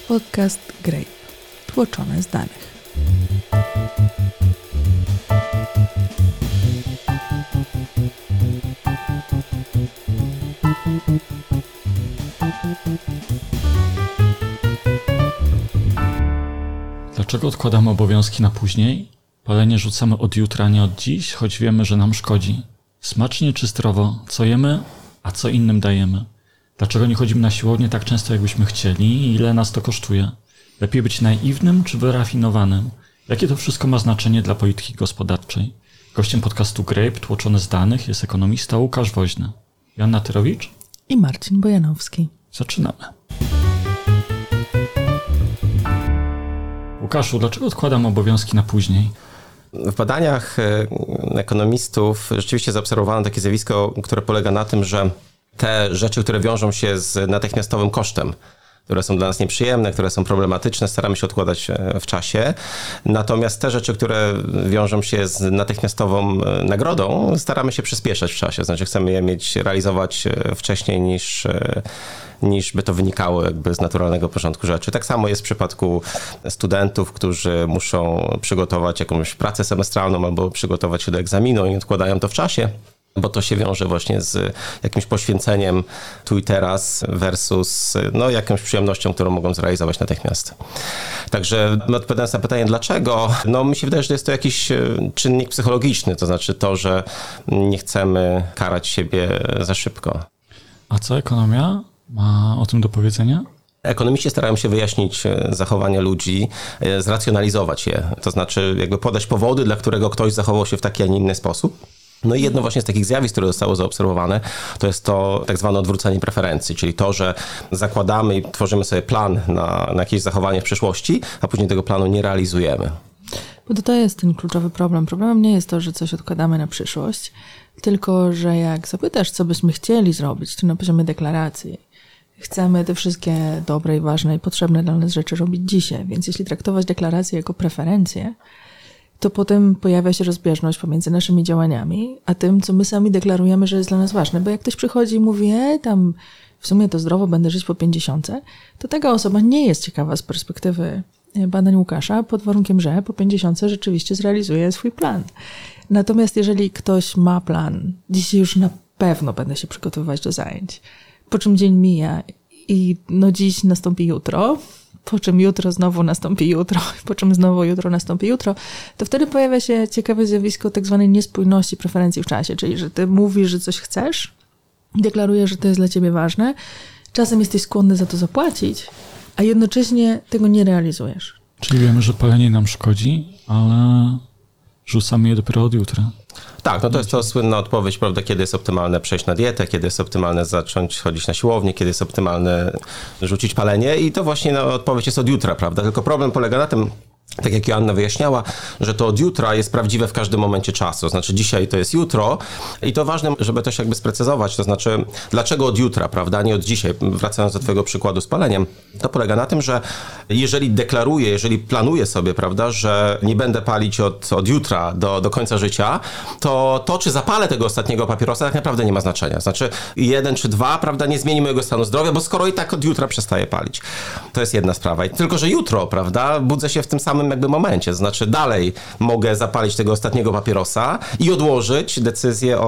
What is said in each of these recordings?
Podcast Grape. Tłoczone z danych. Dlaczego odkładamy obowiązki na później? Palenie rzucamy od jutra, nie od dziś, choć wiemy, że nam szkodzi. Smacznie czy zdrowo? Co jemy, a co innym dajemy? Dlaczego nie chodzimy na siłownię tak często, jakbyśmy chcieli i ile nas to kosztuje? Lepiej być naiwnym czy wyrafinowanym? Jakie to wszystko ma znaczenie dla polityki gospodarczej? Gościem podcastu Grape, tłoczone z danych, jest ekonomista Łukasz Woźny. Joanna Tyrowicz i Marcin Bojanowski. Zaczynamy. Łukaszu, dlaczego odkładam obowiązki na później? W badaniach ekonomistów rzeczywiście zaobserwowano takie zjawisko, które polega na tym, że te rzeczy, które wiążą się z natychmiastowym kosztem, które są dla nas nieprzyjemne, które są problematyczne, staramy się odkładać w czasie. Natomiast te rzeczy, które wiążą się z natychmiastową nagrodą, staramy się przyspieszać w czasie. Znaczy chcemy je realizować wcześniej niż by to wynikało jakby z naturalnego porządku rzeczy. Tak samo jest w przypadku studentów, którzy muszą przygotować jakąś pracę semestralną albo przygotować się do egzaminu i odkładają to w czasie, bo to się wiąże właśnie z jakimś poświęceniem tu i teraz versus jakąś przyjemnością, którą mogą zrealizować natychmiast. Także odpowiadając na pytanie dlaczego, mi się wydaje, że jest to jakiś czynnik psychologiczny, to znaczy to, że nie chcemy karać siebie za szybko. A co ekonomia ma o tym do powiedzenia? Ekonomiści starają się wyjaśnić zachowania ludzi, zracjonalizować je, to znaczy jakby podać powody, dla którego ktoś zachował się w taki, a nie inny sposób. I jedno właśnie z takich zjawisk, które zostało zaobserwowane, to jest to tak zwane odwrócenie preferencji, czyli to, że zakładamy i tworzymy sobie plan na jakieś zachowanie w przyszłości, a później tego planu nie realizujemy. Bo to jest ten kluczowy problem. Problemem nie jest to, że coś odkładamy na przyszłość, tylko że jak zapytasz, co byśmy chcieli zrobić, to na poziomie deklaracji chcemy te wszystkie dobre i ważne i potrzebne dla nas rzeczy robić dzisiaj. Więc jeśli traktować deklaracje jako preferencje, to potem pojawia się rozbieżność pomiędzy naszymi działaniami, a tym, co my sami deklarujemy, że jest dla nas ważne. Bo jak ktoś przychodzi i mówi, tam w sumie to zdrowo będę żyć po 50, to taka osoba nie jest ciekawa z perspektywy badań Łukasza, pod warunkiem, że po 50 rzeczywiście zrealizuje swój plan. Natomiast jeżeli ktoś ma plan, dzisiaj już na pewno będę się przygotowywać do zajęć, po czym dzień mija i dziś nastąpi jutro, po czym jutro znowu nastąpi jutro, po czym znowu jutro nastąpi jutro, to wtedy pojawia się ciekawe zjawisko tak zwanej niespójności preferencji w czasie, czyli że ty mówisz, że coś chcesz, deklarujesz, że to jest dla ciebie ważne, czasem jesteś skłonny za to zapłacić, a jednocześnie tego nie realizujesz. Czyli wiemy, że palenie nam szkodzi, ale rzucamy je dopiero od jutra. Tak, to jest to słynna odpowiedź, prawda, kiedy jest optymalne przejść na dietę, kiedy jest optymalne zacząć chodzić na siłownię, kiedy jest optymalne rzucić palenie i to właśnie odpowiedź jest od jutra, prawda, tylko problem polega na tym, tak jak Joanna wyjaśniała, że to od jutra jest prawdziwe w każdym momencie czasu. To znaczy dzisiaj to jest jutro i to ważne, żeby też jakby sprecyzować, to znaczy dlaczego od jutra, prawda, nie od dzisiaj. Wracając do twojego przykładu z paleniem, to polega na tym, że jeżeli deklaruję, jeżeli planuję sobie, prawda, że nie będę palić od jutra do końca życia, to czy zapalę tego ostatniego papierosa tak naprawdę nie ma znaczenia. Znaczy 1 czy 2, prawda, nie zmieni mojego stanu zdrowia, bo skoro i tak od jutra przestaję palić. To jest jedna sprawa. Tylko że jutro, prawda, budzę się w tym samym jakby momencie, to znaczy dalej mogę zapalić tego ostatniego papierosa i odłożyć decyzję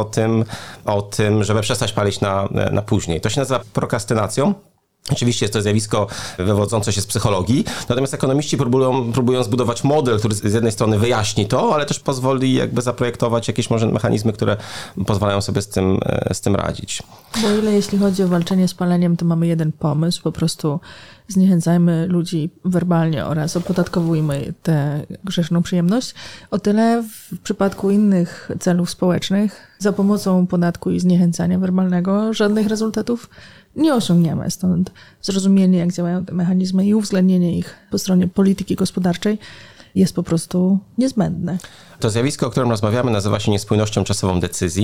o tym, żeby przestać palić na później. To się nazywa prokrastynacją. Oczywiście jest to zjawisko wywodzące się z psychologii, natomiast ekonomiści próbują zbudować model, który z jednej strony wyjaśni to, ale też pozwoli jakby zaprojektować jakieś może mechanizmy, które pozwalają sobie z tym radzić. Bo o ile jeśli chodzi o walczenie z paleniem, to mamy jeden pomysł, po prostu zniechęcajmy ludzi werbalnie oraz opodatkowujmy tę grzeszną przyjemność. O tyle w przypadku innych celów społecznych za pomocą podatku i zniechęcania werbalnego żadnych rezultatów nie osiągniemy. Stąd zrozumienie, jak działają te mechanizmy i uwzględnienie ich po stronie polityki gospodarczej jest po prostu niezbędne. To zjawisko, o którym rozmawiamy, nazywa się niespójnością czasową decyzji.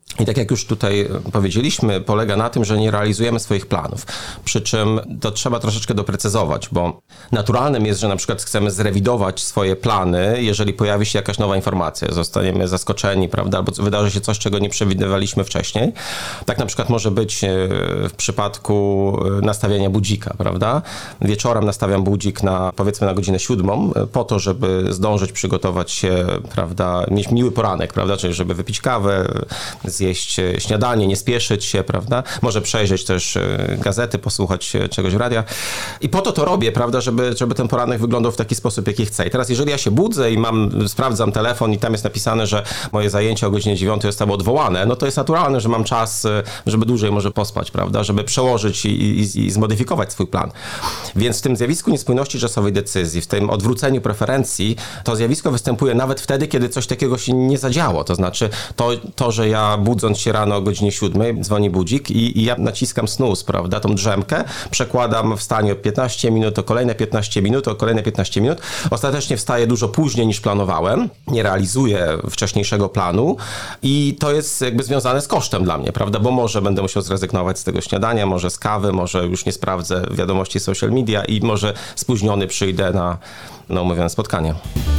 I tak jak już tutaj powiedzieliśmy, polega na tym, że nie realizujemy swoich planów. Przy czym to trzeba troszeczkę doprecyzować, bo naturalnym jest, że na przykład chcemy zrewidować swoje plany, jeżeli pojawi się jakaś nowa informacja, zostaniemy zaskoczeni, prawda, albo wydarzy się coś, czego nie przewidywaliśmy wcześniej. Tak na przykład może być w przypadku nastawiania budzika, prawda. Wieczorem nastawiam budzik powiedzmy na godzinę 7, po to, żeby zdążyć przygotować się, prawda, mieć miły poranek, prawda, czyli żeby wypić kawę, zjeść śniadanie, nie spieszyć się, prawda? Może przejrzeć też gazety, posłuchać czegoś w radia. I po to robię, prawda, żeby ten poranek wyglądał w taki sposób, jaki chcę. I teraz jeżeli ja się budzę i sprawdzam telefon i tam jest napisane, że moje zajęcie o godzinie 9 zostało odwołane, no to jest naturalne, że mam czas, żeby dłużej może pospać, prawda? Żeby przełożyć i zmodyfikować swój plan. Więc w tym zjawisku niespójności czasowej decyzji, w tym odwróceniu preferencji, to zjawisko występuje nawet wtedy, kiedy coś takiego się nie zadziało. To znaczy to że ja budząc się rano o godzinie 7, dzwoni budzik i ja naciskam snooze, prawda, tą drzemkę, przekładam wstanie o 15 minut, o kolejne 15 minut, o kolejne 15 minut. Ostatecznie wstaję dużo później niż planowałem, nie realizuję wcześniejszego planu i to jest jakby związane z kosztem dla mnie, prawda, bo może będę musiał zrezygnować z tego śniadania, może z kawy, może już nie sprawdzę wiadomości social media i może spóźniony przyjdę na umówione spotkanie.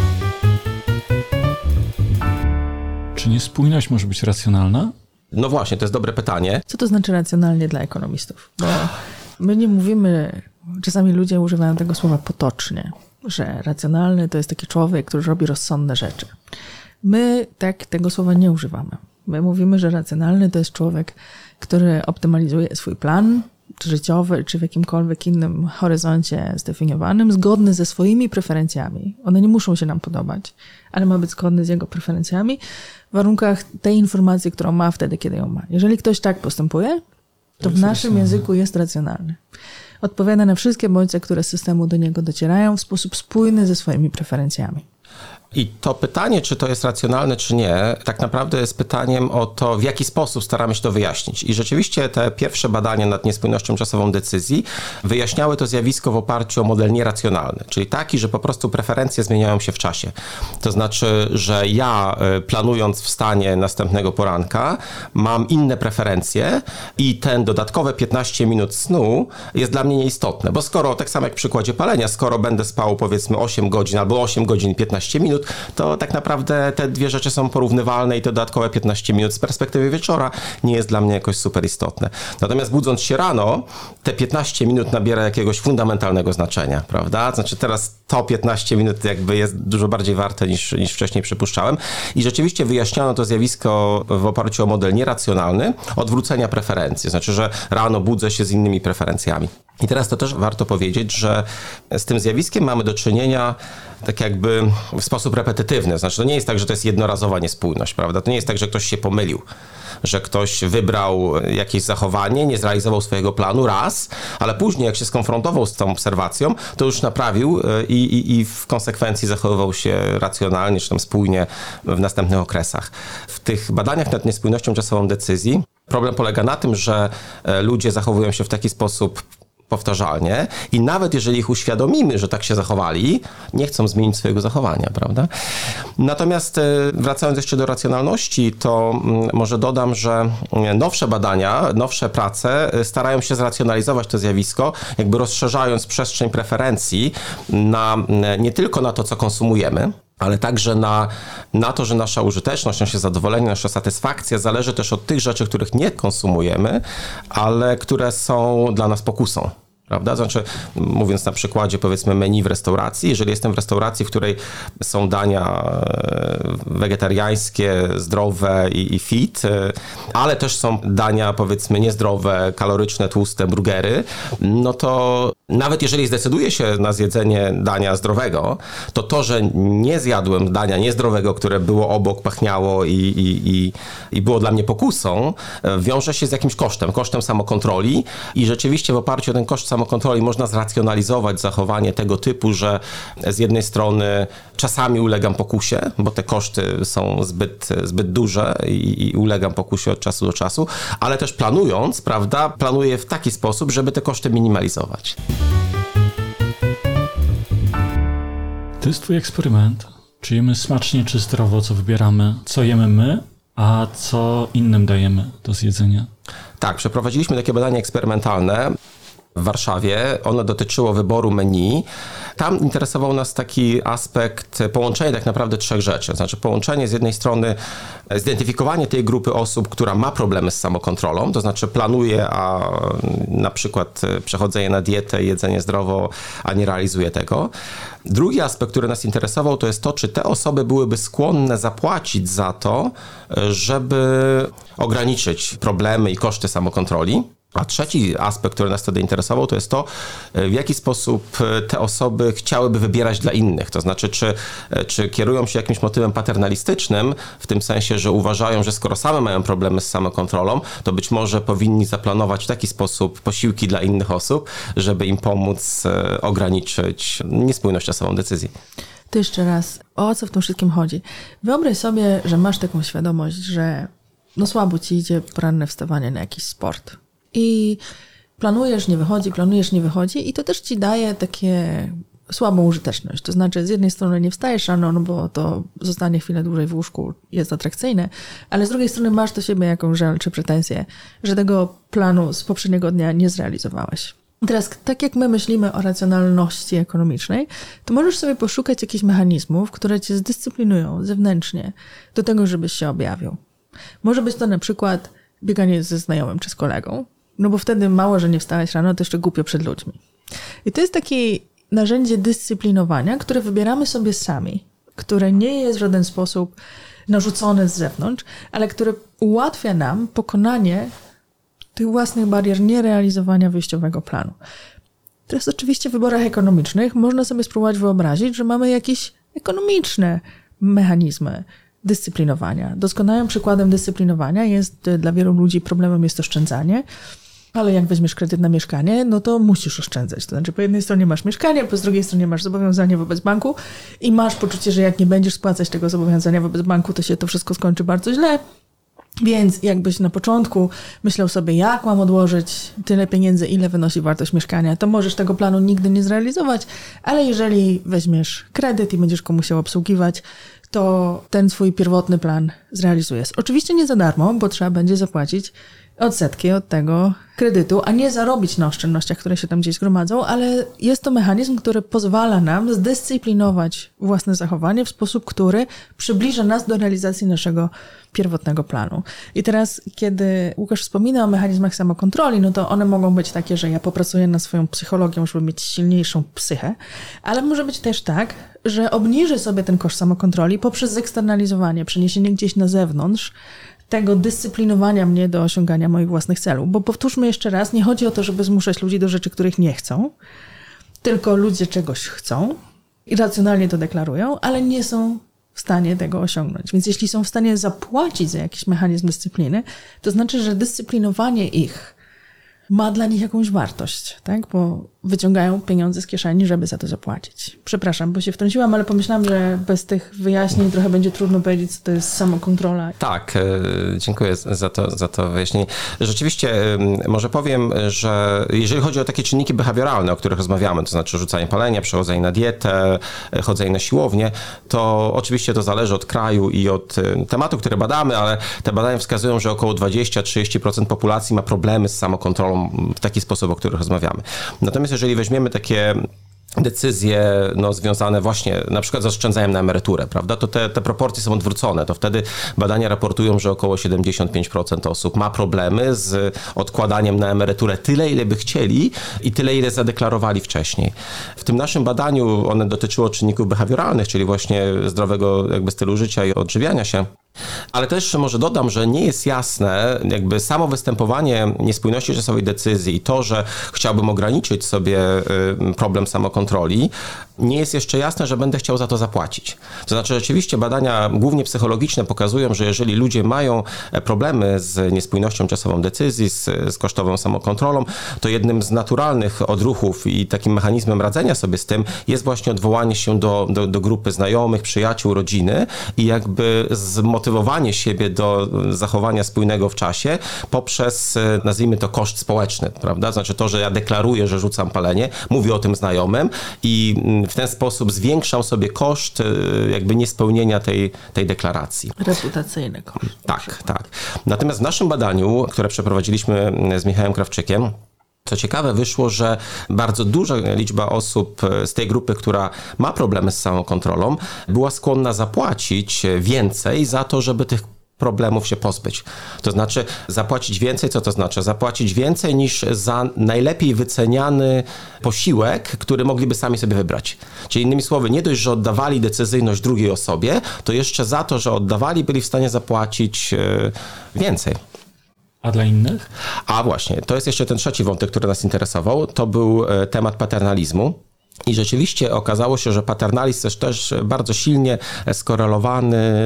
Czy niespójność może być racjonalna? No właśnie, to jest dobre pytanie. Co to znaczy racjonalnie dla ekonomistów? Bo my nie mówimy, czasami ludzie używają tego słowa potocznie, że racjonalny to jest taki człowiek, który robi rozsądne rzeczy. My tak tego słowa nie używamy. My mówimy, że racjonalny to jest człowiek, który optymalizuje swój plan, czy życiowy, czy w jakimkolwiek innym horyzoncie zdefiniowanym, zgodny ze swoimi preferencjami. One nie muszą się nam podobać, ale ma być zgodny z jego preferencjami w warunkach tej informacji, którą ma wtedy, kiedy ją ma. Jeżeli ktoś tak postępuje, to w naszym języku jest racjonalny. Odpowiada na wszystkie bodźce, które z systemu do niego docierają w sposób spójny ze swoimi preferencjami. I to pytanie, czy to jest racjonalne, czy nie, tak naprawdę jest pytaniem o to, w jaki sposób staramy się to wyjaśnić. I rzeczywiście te pierwsze badania nad niespójnością czasową decyzji wyjaśniały to zjawisko w oparciu o model nieracjonalny, czyli taki, że po prostu preferencje zmieniają się w czasie. To znaczy, że ja planując wstanie następnego poranka, mam inne preferencje i ten dodatkowe 15 minut snu jest dla mnie nieistotne, bo skoro, tak samo jak w przykładzie palenia, skoro będę spał powiedzmy 8 godzin albo 8 godzin 15 minut, to tak naprawdę te dwie rzeczy są porównywalne i to dodatkowe 15 minut z perspektywy wieczora nie jest dla mnie jakoś super istotne. Natomiast budząc się rano, te 15 minut nabiera jakiegoś fundamentalnego znaczenia, prawda? Znaczy teraz to 15 minut jakby jest dużo bardziej warte niż wcześniej przypuszczałem. I rzeczywiście wyjaśniono to zjawisko w oparciu o model nieracjonalny odwrócenia preferencji. Znaczy, że rano budzę się z innymi preferencjami. I teraz to też warto powiedzieć, że z tym zjawiskiem mamy do czynienia tak jakby w sposób repetytywny. Znaczy, to nie jest tak, że to jest jednorazowa niespójność, prawda? To nie jest tak, że ktoś się pomylił, że ktoś wybrał jakieś zachowanie, nie zrealizował swojego planu raz, ale później jak się skonfrontował z tą obserwacją, to już naprawił i w konsekwencji zachowywał się racjonalnie, czy tam spójnie w następnych okresach. W tych badaniach nad niespójnością czasową decyzji problem polega na tym, że ludzie zachowują się w taki sposób powtarzalnie i nawet jeżeli ich uświadomimy, że tak się zachowali, nie chcą zmienić swojego zachowania, prawda? Natomiast wracając jeszcze do racjonalności, to może dodam, że nowsze badania, nowsze prace starają się zracjonalizować to zjawisko, jakby rozszerzając przestrzeń preferencji nie tylko na to, co konsumujemy, ale także na to, że nasza użyteczność, nasze zadowolenie, nasza satysfakcja zależy też od tych rzeczy, których nie konsumujemy, ale które są dla nas pokusą. Prawda? Znaczy, mówiąc na przykładzie, powiedzmy, menu w restauracji, jeżeli jestem w restauracji, w której są dania wegetariańskie, zdrowe i fit, ale też są dania, powiedzmy, niezdrowe, kaloryczne, tłuste, burgery, no to nawet jeżeli zdecyduję się na zjedzenie dania zdrowego, to, że nie zjadłem dania niezdrowego, które było obok, pachniało i było dla mnie pokusą, wiąże się z jakimś kosztem samokontroli i rzeczywiście w oparciu o ten koszt samokontroli można zracjonalizować zachowanie tego typu, że z jednej strony czasami ulegam pokusie, bo te koszty są zbyt duże i ulegam pokusie od czasu do czasu, ale też planując, prawda, planuję w taki sposób, żeby te koszty minimalizować. To jest twój eksperyment. Czy jemy smacznie, czy zdrowo, co wybieramy, co jemy my, A co innym dajemy do zjedzenia? Tak, przeprowadziliśmy takie badanie eksperymentalne w Warszawie. Ono dotyczyło wyboru menu. Tam interesował nas taki aspekt połączenia tak naprawdę 3 rzeczy. Znaczy połączenie z jednej strony zidentyfikowanie tej grupy osób, która ma problemy z samokontrolą, to znaczy planuje, a na przykład przechodzenie na dietę, jedzenie zdrowo, a nie realizuje tego. Drugi aspekt, który nas interesował, to jest to, czy te osoby byłyby skłonne zapłacić za to, żeby ograniczyć problemy i koszty samokontroli. A trzeci aspekt, który nas wtedy interesował, to jest to, w jaki sposób te osoby chciałyby wybierać dla innych. To znaczy, czy kierują się jakimś motywem paternalistycznym, w tym sensie, że uważają, że skoro same mają problemy z samokontrolą, to być może powinni zaplanować w taki sposób posiłki dla innych osób, żeby im pomóc ograniczyć niespójność czasową decyzji. To jeszcze raz, o co w tym wszystkim chodzi? Wyobraź sobie, że masz taką świadomość, że słabo ci idzie poranne wstawanie na jakiś sport. I planujesz, nie wychodzi i to też ci daje takie słabą użyteczność. To znaczy z jednej strony nie wstajesz rano, bo to zostanie chwilę dłużej w łóżku, jest atrakcyjne, ale z drugiej strony masz do siebie jakąś żal czy pretensję, że tego planu z poprzedniego dnia nie zrealizowałeś. Teraz, tak jak my myślimy o racjonalności ekonomicznej, to możesz sobie poszukać jakichś mechanizmów, które cię zdyscyplinują zewnętrznie do tego, żebyś się objawił. Może być to na przykład bieganie ze znajomym czy z kolegą, bo wtedy mało, że nie wstałeś rano, to jeszcze głupio przed ludźmi. I to jest takie narzędzie dyscyplinowania, które wybieramy sobie sami, które nie jest w żaden sposób narzucone z zewnątrz, ale które ułatwia nam pokonanie tych własnych barier nierealizowania wyjściowego planu. Teraz oczywiście w wyborach ekonomicznych można sobie spróbować wyobrazić, że mamy jakieś ekonomiczne mechanizmy dyscyplinowania. Doskonałym przykładem dyscyplinowania jest dla wielu ludzi problemem jest oszczędzanie, ale jak weźmiesz kredyt na mieszkanie, to musisz oszczędzać. To znaczy po jednej stronie masz mieszkanie, po drugiej stronie masz zobowiązanie wobec banku i masz poczucie, że jak nie będziesz spłacać tego zobowiązania wobec banku, to się to wszystko skończy bardzo źle. Więc jakbyś na początku myślał sobie, jak mam odłożyć tyle pieniędzy, ile wynosi wartość mieszkania, to możesz tego planu nigdy nie zrealizować, ale jeżeli weźmiesz kredyt i będziesz go musiał obsługiwać, to ten swój pierwotny plan zrealizujesz. Oczywiście nie za darmo, bo trzeba będzie zapłacić odsetki od tego kredytu, a nie zarobić na oszczędnościach, które się tam gdzieś gromadzą, ale jest to mechanizm, który pozwala nam zdyscyplinować własne zachowanie w sposób, który przybliża nas do realizacji naszego pierwotnego planu. I teraz, kiedy Łukasz wspomina o mechanizmach samokontroli, to one mogą być takie, że ja popracuję nad swoją psychologią, żeby mieć silniejszą psychę, ale może być też tak, że obniżę sobie ten koszt samokontroli poprzez zeksternalizowanie, przeniesienie gdzieś na zewnątrz tego dyscyplinowania mnie do osiągania moich własnych celów. Bo powtórzmy jeszcze raz, nie chodzi o to, żeby zmuszać ludzi do rzeczy, których nie chcą, tylko ludzie czegoś chcą i racjonalnie to deklarują, ale nie są w stanie tego osiągnąć. Więc jeśli są w stanie zapłacić za jakiś mechanizm dyscypliny, to znaczy, że dyscyplinowanie ich ma dla nich jakąś wartość, tak? Bo wyciągają pieniądze z kieszeni, żeby za to zapłacić. Przepraszam, bo się wtrąciłam, ale pomyślałam, że bez tych wyjaśnień trochę będzie trudno powiedzieć, co to jest samokontrola. Tak, dziękuję za to wyjaśnienie. Rzeczywiście, może powiem, że jeżeli chodzi o takie czynniki behawioralne, o których rozmawiamy, to znaczy rzucanie palenia, przechodzenie na dietę, chodzenie na siłownię, to oczywiście to zależy od kraju i od tematu, który badamy, ale te badania wskazują, że około 20-30% populacji ma problemy z samokontrolą w taki sposób, o których rozmawiamy. Natomiast jeżeli weźmiemy takie decyzje związane właśnie na przykład z oszczędzaniem na emeryturę, prawda, to te proporcje są odwrócone. To wtedy badania raportują, że około 75% osób ma problemy z odkładaniem na emeryturę tyle, ile by chcieli i tyle, ile zadeklarowali wcześniej. W tym naszym badaniu one dotyczyło czynników behawioralnych, czyli właśnie zdrowego stylu życia i odżywiania się. Ale też może dodam, że nie jest jasne samo występowanie niespójności czasowej decyzji i to, że chciałbym ograniczyć sobie problem samokontroli, nie jest jeszcze jasne, że będę chciał za to zapłacić. To znaczy rzeczywiście badania głównie psychologiczne pokazują, że jeżeli ludzie mają problemy z niespójnością czasową decyzji, z kosztową samokontrolą, to jednym z naturalnych odruchów i takim mechanizmem radzenia sobie z tym jest właśnie odwołanie się do grupy znajomych, przyjaciół, rodziny i zmotywowanie zmotywowanie siebie do zachowania spójnego w czasie poprzez, nazwijmy to, koszt społeczny, prawda? Znaczy to, że ja deklaruję, że rzucam palenie, mówię o tym znajomym i w ten sposób zwiększam sobie koszt jakby niespełnienia tej deklaracji. Reputacyjny koszt. Tak. Natomiast w naszym badaniu, które przeprowadziliśmy z Michałem Krawczykiem, co ciekawe, wyszło, że bardzo duża liczba osób z tej grupy, która ma problemy z samokontrolą, była skłonna zapłacić więcej za to, żeby tych problemów się pozbyć. To znaczy zapłacić więcej, co to znaczy? Zapłacić więcej niż za najlepiej wyceniany posiłek, który mogliby sami sobie wybrać. Czyli innymi słowy, nie dość, że oddawali decyzyjność drugiej osobie, to jeszcze za to, że oddawali, byli w stanie zapłacić więcej. A dla innych? A właśnie, to jest jeszcze ten trzeci wątek, który nas interesował. To był temat paternalizmu. I rzeczywiście okazało się, że paternalizm jest też bardzo silnie skorelowany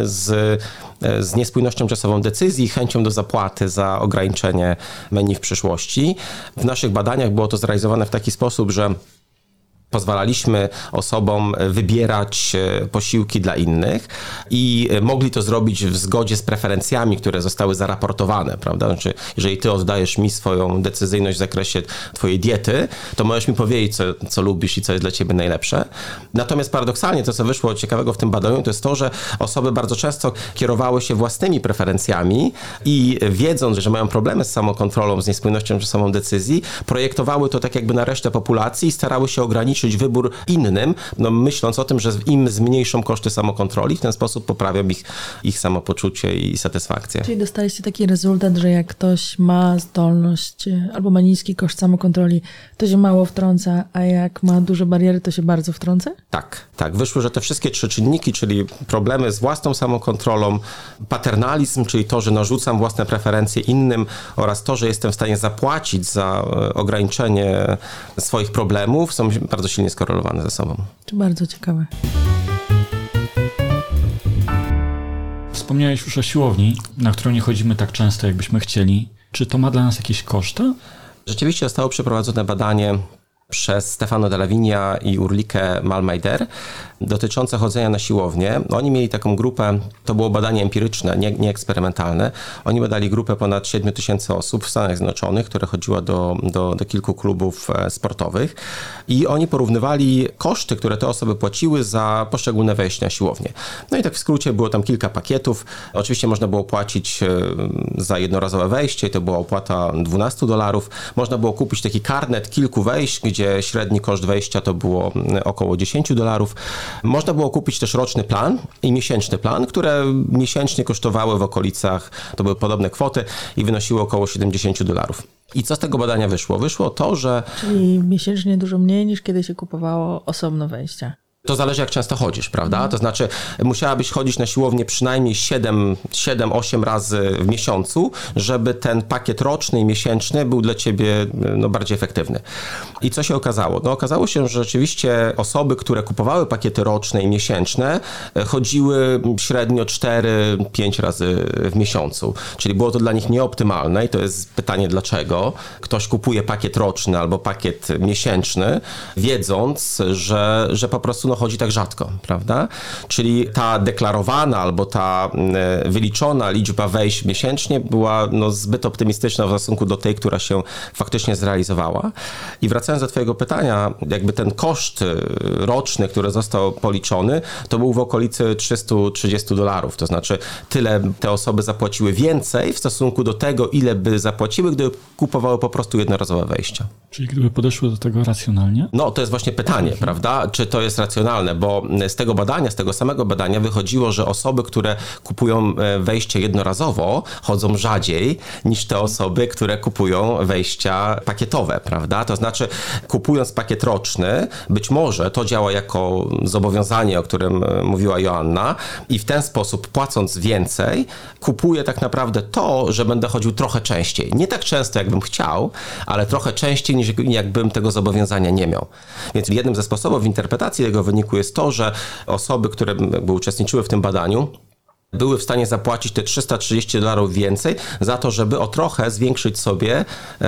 z niespójnością czasową decyzji, chęcią do zapłaty za ograniczenie menu w przyszłości. W naszych badaniach było to zrealizowane w taki sposób, że pozwalaliśmy osobom wybierać posiłki dla innych i mogli to zrobić w zgodzie z preferencjami, które zostały zaraportowane, prawda? Znaczy, jeżeli ty oddajesz mi swoją decyzyjność w zakresie twojej diety, to możesz mi powiedzieć, co lubisz i co jest dla ciebie najlepsze. Natomiast paradoksalnie to, co wyszło ciekawego w tym badaniu, to jest to, że osoby bardzo często kierowały się własnymi preferencjami i wiedząc, że mają problemy z samokontrolą, z niespójnością czasową decyzji, projektowały to tak jakby na resztę populacji i starały się ograniczyć wybór innym, myśląc o tym, że im zmniejszą koszty samokontroli, w ten sposób poprawią ich samopoczucie i satysfakcję. Czyli dostaliście taki rezultat, że jak ktoś ma zdolność albo ma niski koszt samokontroli, to się mało wtrąca, a jak ma duże bariery, to się bardzo wtrąca? Tak. Wyszło, że te wszystkie trzy czynniki, czyli problemy z własną samokontrolą, paternalizm, czyli to, że narzucam własne preferencje innym oraz to, że jestem w stanie zapłacić za ograniczenie swoich problemów, są bardzo silnie skorelowane ze sobą. To bardzo ciekawe. Wspomniałeś już o siłowni, na którą nie chodzimy tak często, jakbyśmy chcieli. Czy to ma dla nas jakieś koszty? Rzeczywiście zostało przeprowadzone badanie przez Stefano Della Vigna i Ulrike Malmeider dotyczące chodzenia na siłownię. Oni mieli taką grupę, to było badanie empiryczne, nie eksperymentalne. Oni badali grupę ponad 7 000 osób w Stanach Zjednoczonych, które chodziła do kilku klubów sportowych i oni porównywali koszty, które te osoby płaciły za poszczególne wejście na siłownię. No i tak w skrócie było tam kilka pakietów. Oczywiście można było płacić za jednorazowe wejście, to była opłata $12. Można było kupić taki karnet kilku wejść, gdzie średni koszt wejścia to było około $10. Można było kupić też roczny plan i miesięczny plan, które miesięcznie kosztowały w okolicach, to były podobne kwoty i wynosiły około $70. I co z tego badania wyszło? Wyszło to, że... Czyli miesięcznie dużo mniej niż kiedy się kupowało osobno wejścia. To zależy, jak często chodzisz, prawda? To znaczy musiałabyś chodzić na siłownię przynajmniej 7-8 razy w miesiącu, żeby ten pakiet roczny i miesięczny był dla ciebie bardziej efektywny. I co się okazało? Okazało się, że rzeczywiście osoby, które kupowały pakiety roczne i miesięczne, chodziły średnio 4-5 razy w miesiącu. Czyli było to dla nich nieoptymalne i to jest pytanie dlaczego. Ktoś kupuje pakiet roczny albo pakiet miesięczny, wiedząc, że po prostu chodzi tak rzadko, prawda? Czyli ta deklarowana albo ta wyliczona liczba wejść miesięcznie była zbyt optymistyczna w stosunku do tej, która się faktycznie zrealizowała. I wracając do twojego pytania, jakby ten koszt roczny, który został policzony, to był w okolicy $330. To znaczy tyle te osoby zapłaciły więcej w stosunku do tego, ile by zapłaciły, gdyby kupowały po prostu jednorazowe wejścia. Czyli gdyby podeszły do tego racjonalnie? To jest właśnie pytanie, prawda? Czy to jest racjonalne? Bo z tego samego badania wychodziło, że osoby, które kupują wejście jednorazowo, chodzą rzadziej niż te osoby, które kupują wejścia pakietowe, prawda? To znaczy, kupując pakiet roczny, być może to działa jako zobowiązanie, o którym mówiła Joanna i w ten sposób, płacąc więcej, kupuję tak naprawdę to, że będę chodził trochę częściej. Nie tak często, jakbym chciał, ale trochę częściej, niż jakbym tego zobowiązania nie miał. Więc jednym ze sposobów interpretacji tego wyniku jest to, że osoby, które uczestniczyły w tym badaniu, były w stanie zapłacić te $330 więcej za to, żeby o trochę zwiększyć sobie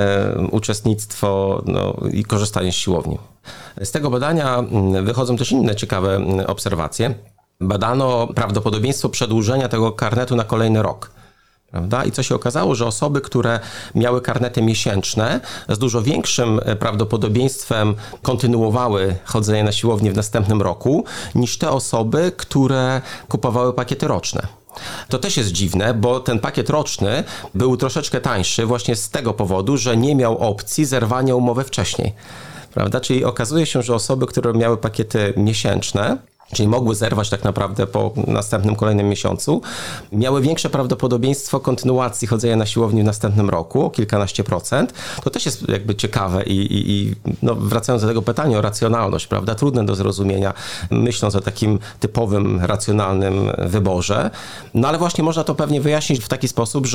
uczestnictwo i korzystanie z siłowni. Z tego badania wychodzą też inne ciekawe obserwacje. badano prawdopodobieństwo przedłużenia tego karnetu na kolejny rok. Prawda? I co się okazało, że osoby, które miały karnety miesięczne, z dużo większym prawdopodobieństwem kontynuowały chodzenie na siłownię w następnym roku, niż te osoby, które kupowały pakiety roczne. To też jest dziwne, bo ten pakiet roczny był troszeczkę tańszy właśnie z tego powodu, że nie miał opcji zerwania umowy wcześniej. Prawda? Czyli okazuje się, że osoby, które miały pakiety miesięczne, czyli mogły zerwać tak naprawdę po następnym kolejnym miesiącu, miały większe prawdopodobieństwo kontynuacji chodzenia na siłowni w następnym roku, o kilkanaście procent. To też jest jakby ciekawe i wracając do tego pytania o racjonalność, prawda, trudne do zrozumienia, myśląc o takim typowym, racjonalnym wyborze. No ale właśnie można to pewnie wyjaśnić w taki sposób,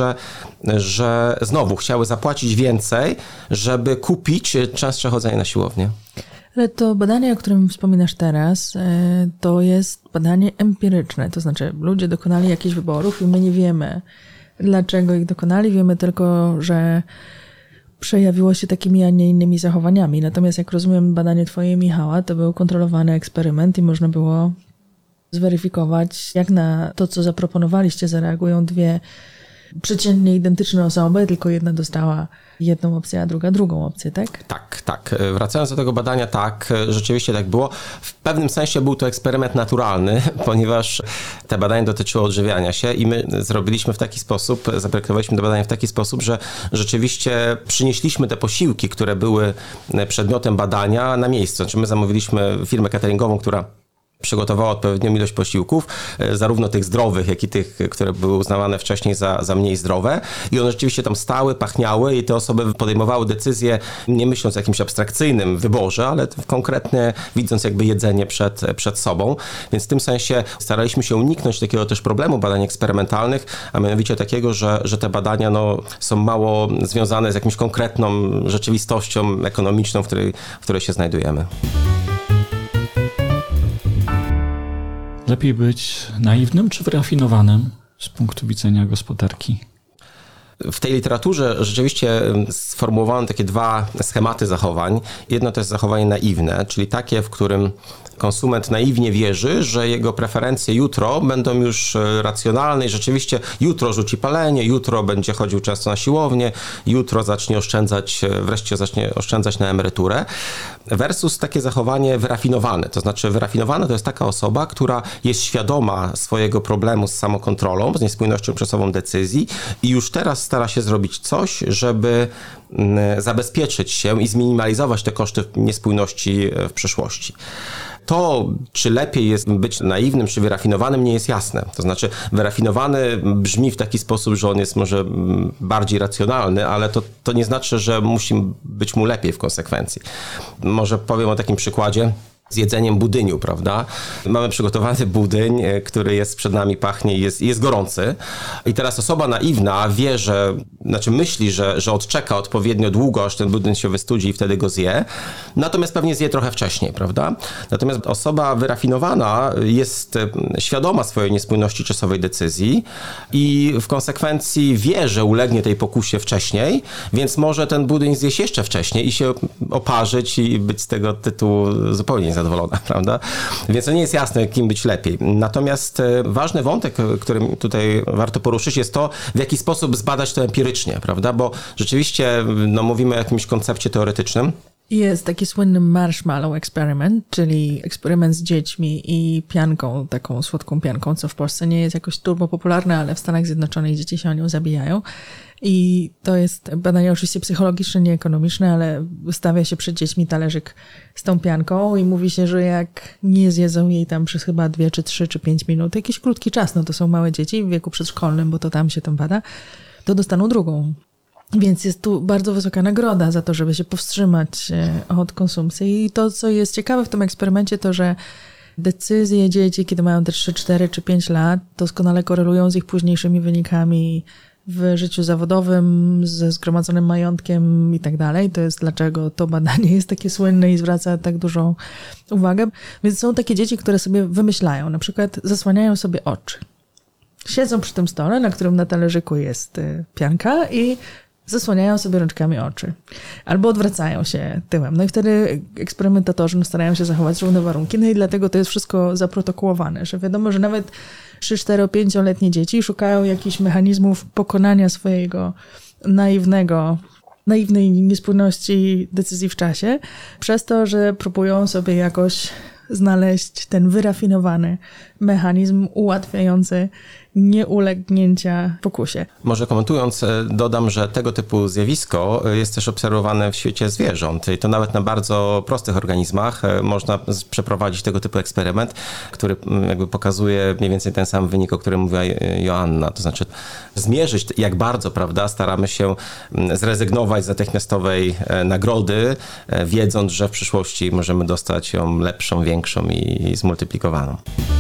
że znowu chciały zapłacić więcej, żeby kupić częstsze chodzenie na siłownię. Ale to badanie, o którym wspominasz teraz, to jest badanie empiryczne. To znaczy ludzie dokonali jakichś wyborów i my nie wiemy, dlaczego ich dokonali. Wiemy tylko, że przejawiło się takimi, a nie innymi zachowaniami. Natomiast jak rozumiem badanie twoje, Michała, to był kontrolowany eksperyment i można było zweryfikować, jak na to, co zaproponowaliście, zareagują dwie przeciętnie identyczne osoby, tylko jedna dostała jedną opcję, a druga drugą opcję, tak? Tak. Wracając do tego badania, tak, rzeczywiście tak było. W pewnym sensie był to eksperyment naturalny, ponieważ te badania dotyczyły odżywiania się i my zrobiliśmy w taki sposób, zaprojektowaliśmy te badania w taki sposób, że rzeczywiście przynieśliśmy te posiłki, które były przedmiotem badania na miejsce. Znaczy my zamówiliśmy firmę cateringową, która przygotowała odpowiednią ilość posiłków, zarówno tych zdrowych, jak i tych, które były uznawane wcześniej za mniej zdrowe. I one rzeczywiście tam stały, pachniały i te osoby podejmowały decyzje, nie myśląc o jakimś abstrakcyjnym wyborze, ale konkretnie widząc jakby jedzenie przed sobą. Więc w tym sensie staraliśmy się uniknąć takiego też problemu badań eksperymentalnych, a mianowicie takiego, że te badania są mało związane z jakąś konkretną rzeczywistością ekonomiczną, w której się znajdujemy. Lepiej być naiwnym czy wyrafinowanym z punktu widzenia gospodarki? W tej literaturze rzeczywiście sformułowano takie dwa schematy zachowań. Jedno to jest zachowanie naiwne, czyli takie, w którym konsument naiwnie wierzy, że jego preferencje jutro będą już racjonalne i rzeczywiście jutro rzuci palenie, jutro będzie chodził często na siłownię, jutro wreszcie zacznie oszczędzać na emeryturę, versus takie zachowanie wyrafinowane. To znaczy wyrafinowane to jest taka osoba, która jest świadoma swojego problemu z samokontrolą, z niespójnością czasową decyzji i już teraz stara się zrobić coś, żeby zabezpieczyć się i zminimalizować te koszty niespójności w przyszłości. To, czy lepiej jest być naiwnym, czy wyrafinowanym, nie jest jasne. To znaczy, wyrafinowany brzmi w taki sposób, że on jest może bardziej racjonalny, ale to nie znaczy, że musi być mu lepiej w konsekwencji. Może powiem o takim przykładzie z jedzeniem budyniu, prawda? Mamy przygotowany budyń, który jest przed nami, pachnie i jest gorący. I teraz osoba naiwna wie, myśli, że odczeka odpowiednio długo, aż ten budyń się wystudzi i wtedy go zje. Natomiast pewnie zje trochę wcześniej, prawda? Natomiast osoba wyrafinowana jest świadoma swojej niespójności czasowej decyzji i w konsekwencji wie, że ulegnie tej pokusie wcześniej, więc może ten budyń zjeść jeszcze wcześniej i się oparzyć i być z tego tytułu zupełnie zadowolona, prawda? Więc to nie jest jasne, kim być lepiej. Natomiast ważny wątek, którym tutaj warto poruszyć, jest to, w jaki sposób zbadać to empirycznie, prawda? Bo rzeczywiście mówimy o jakimś koncepcie teoretycznym. Jest taki słynny marshmallow experiment, czyli eksperyment z dziećmi i pianką, taką słodką pianką, co w Polsce nie jest jakoś turbo popularne, ale w Stanach Zjednoczonych dzieci się o nią zabijają. I to jest badanie oczywiście psychologiczne, nie ekonomiczne, ale wystawia się przed dziećmi talerzyk z tą pianką i mówi się, że jak nie zjedzą jej tam przez chyba 2, czy 3, czy 5 minut, jakiś krótki czas, to są małe dzieci w wieku przedszkolnym, bo to tam się tam bada, to dostaną drugą. Więc jest tu bardzo wysoka nagroda za to, żeby się powstrzymać od konsumpcji. I to, co jest ciekawe w tym eksperymencie, to, że decyzje dzieci, kiedy mają te 3, 4 czy 5 lat, doskonale korelują z ich późniejszymi wynikami w życiu zawodowym, ze zgromadzonym majątkiem i tak dalej. To jest dlaczego to badanie jest takie słynne i zwraca tak dużą uwagę. Więc są takie dzieci, które sobie wymyślają, na przykład zasłaniają sobie oczy. Siedzą przy tym stole, na którym na talerzyku jest pianka i zasłaniają sobie rączkami oczy albo odwracają się tyłem. No i wtedy eksperymentatorzy starają się zachować równe warunki. No i dlatego to jest wszystko zaprotokołowane, że wiadomo, że nawet 3, 4, 5-letnie dzieci szukają jakichś mechanizmów pokonania swojego naiwnej niespójności decyzji w czasie, przez to, że próbują sobie jakoś znaleźć ten wyrafinowany mechanizm ułatwiający nieulegnięcia pokusie. Może komentując, dodam, że tego typu zjawisko jest też obserwowane w świecie zwierząt i to nawet na bardzo prostych organizmach można przeprowadzić tego typu eksperyment, który jakby pokazuje mniej więcej ten sam wynik, o którym mówiła Joanna, to znaczy zmierzyć, jak bardzo, prawda, staramy się zrezygnować z natychmiastowej nagrody, wiedząc, że w przyszłości możemy dostać ją lepszą, większą i zmultiplikowaną.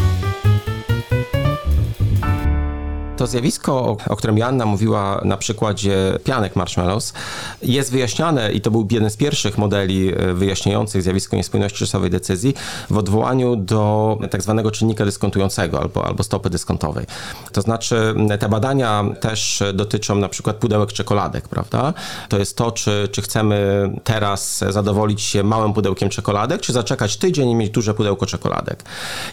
To zjawisko, o którym Joanna mówiła na przykładzie pianek marshmallows, jest wyjaśniane i to był jeden z pierwszych modeli wyjaśniających zjawisko niespójności czasowej decyzji w odwołaniu do tak zwanego czynnika dyskontującego albo stopy dyskontowej. To znaczy te badania też dotyczą na przykład pudełek czekoladek, prawda? To jest to, czy chcemy teraz zadowolić się małym pudełkiem czekoladek, czy zaczekać tydzień i mieć duże pudełko czekoladek.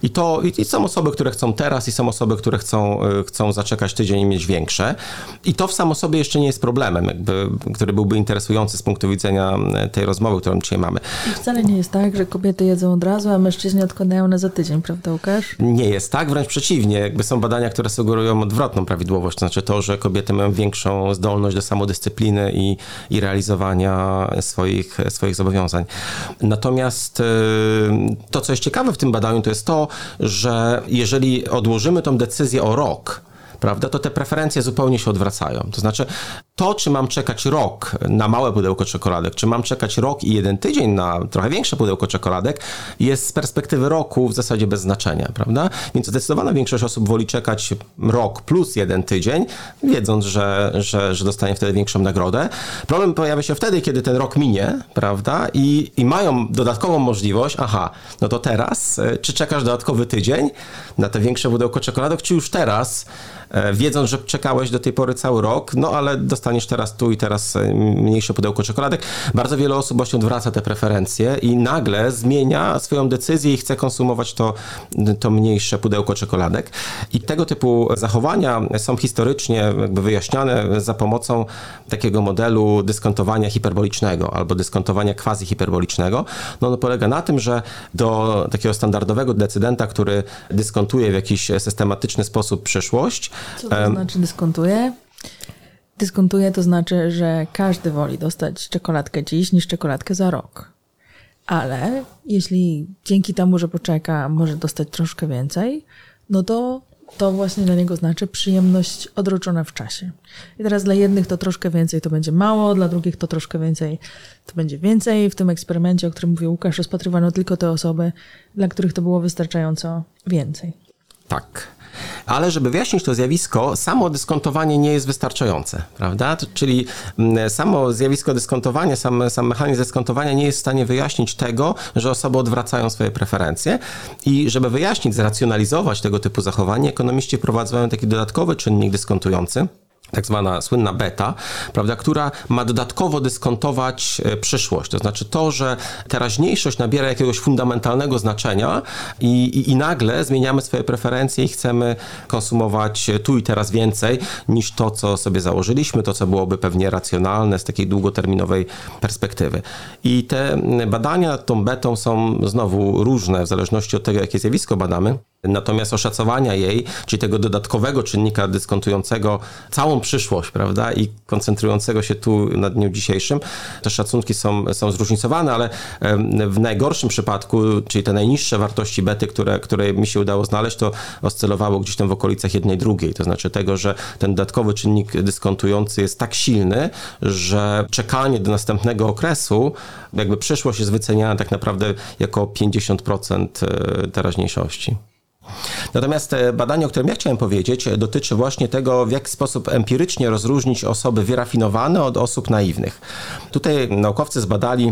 I są osoby, które chcą teraz i są osoby, które chcą zaczekać tydzień i mieć większe. I to w samo sobie jeszcze nie jest problemem, który byłby interesujący z punktu widzenia tej rozmowy, którą dzisiaj mamy. I wcale nie jest tak, że kobiety jedzą od razu, a mężczyźni odkładają na za tydzień, prawda, Łukasz? Nie jest tak, wręcz przeciwnie. Są badania, które sugerują odwrotną prawidłowość, to znaczy to, że kobiety mają większą zdolność do samodyscypliny i realizowania swoich zobowiązań. Natomiast to, co jest ciekawe w tym badaniu, to jest to, że jeżeli odłożymy tą decyzję o rok, prawda, to te preferencje zupełnie się odwracają. To znaczy to, czy mam czekać rok na małe pudełko czekoladek, czy mam czekać rok i 1 tydzień na trochę większe pudełko czekoladek, jest z perspektywy roku w zasadzie bez znaczenia, prawda? Więc zdecydowana większość osób woli czekać rok plus 1 tydzień, wiedząc, że dostanie wtedy większą nagrodę. Problem pojawia się wtedy, kiedy ten rok minie, prawda? I mają dodatkową możliwość, no to teraz, czy czekasz dodatkowy tydzień na te większe pudełko czekoladek, czy już teraz, wiedząc, że czekałeś do tej pory cały rok, no ale dostaniesz teraz tu i teraz mniejsze pudełko czekoladek. Bardzo wiele osób właśnie odwraca te preferencje i nagle zmienia swoją decyzję i chce konsumować to mniejsze pudełko czekoladek. I tego typu zachowania są historycznie jakby wyjaśniane za pomocą takiego modelu dyskontowania hiperbolicznego albo dyskontowania quasi-hiperbolicznego. No ono polega na tym, że do takiego standardowego decydenta, który dyskontuje w jakiś systematyczny sposób przyszłość. Co to znaczy dyskontuje? Dyskontuje to znaczy, że każdy woli dostać czekoladkę dziś niż czekoladkę za rok. Ale jeśli dzięki temu, że poczeka, może dostać troszkę więcej, no to właśnie dla niego znaczy przyjemność odroczona w czasie. I teraz dla jednych to troszkę więcej to będzie mało, dla drugich to troszkę więcej to będzie więcej. W tym eksperymencie, o którym mówił Łukasz, rozpatrywano tylko te osoby, dla których to było wystarczająco więcej. Tak. Ale żeby wyjaśnić to zjawisko, samo dyskontowanie nie jest wystarczające, prawda? Czyli samo zjawisko dyskontowania, sam mechanizm dyskontowania nie jest w stanie wyjaśnić tego, że osoby odwracają swoje preferencje i żeby wyjaśnić, zracjonalizować tego typu zachowanie, ekonomiści wprowadzają taki dodatkowy czynnik dyskontujący, tak zwana słynna beta, prawda, która ma dodatkowo dyskontować przyszłość. To znaczy to, że teraźniejszość nabiera jakiegoś fundamentalnego znaczenia i nagle zmieniamy swoje preferencje i chcemy konsumować tu i teraz więcej niż to, co sobie założyliśmy, to, co byłoby pewnie racjonalne z takiej długoterminowej perspektywy. I te badania nad tą betą są znowu różne w zależności od tego, jakie zjawisko badamy. Natomiast oszacowania jej, czyli tego dodatkowego czynnika dyskontującego całą przyszłość, prawda, i koncentrującego się tu na dniu dzisiejszym, te szacunki są zróżnicowane, ale w najgorszym przypadku, czyli te najniższe wartości bety, które mi się udało znaleźć, to oscylowało gdzieś tam w okolicach 1/2. To znaczy tego, że ten dodatkowy czynnik dyskontujący jest tak silny, że czekanie do następnego okresu, jakby przyszłość jest wyceniana tak naprawdę jako 50% teraźniejszości. Natomiast badanie, o którym ja chciałem powiedzieć, dotyczy właśnie tego, w jaki sposób empirycznie rozróżnić osoby wyrafinowane od osób naiwnych. Tutaj naukowcy zbadali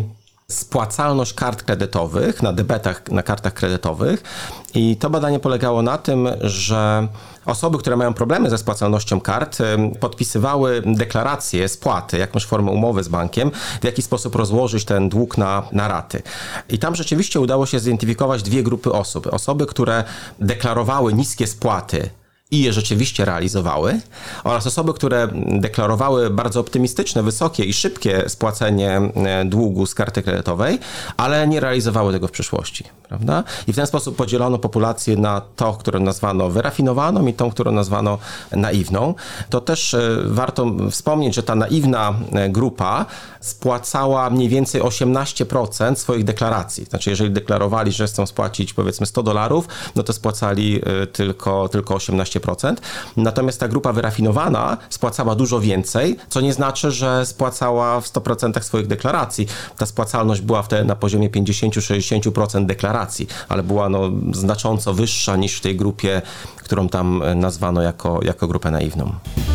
spłacalność kart kredytowych na debetach, na kartach kredytowych i to badanie polegało na tym, że osoby, które mają problemy ze spłacalnością kart, podpisywały deklaracje spłaty, jakąś formę umowy z bankiem, w jaki sposób rozłożyć ten dług na raty. I tam rzeczywiście udało się zidentyfikować dwie grupy osób. Osoby, które deklarowały niskie spłaty i je rzeczywiście realizowały, oraz osoby, które deklarowały bardzo optymistyczne, wysokie i szybkie spłacenie długu z karty kredytowej, ale nie realizowały tego w przyszłości, prawda? I w ten sposób podzielono populację na tą, którą nazwano wyrafinowaną i tą, którą nazwano naiwną. To też warto wspomnieć, że ta naiwna grupa spłacała mniej więcej 18% swoich deklaracji. Znaczy, jeżeli deklarowali, że chcą spłacić powiedzmy $100, no to spłacali tylko 18%. Natomiast ta grupa wyrafinowana spłacała dużo więcej, co nie znaczy, że spłacała w 100% swoich deklaracji. Ta spłacalność była wtedy na poziomie 50-60% deklaracji, ale była znacząco wyższa niż w tej grupie, którą tam nazwano jako grupę naiwną.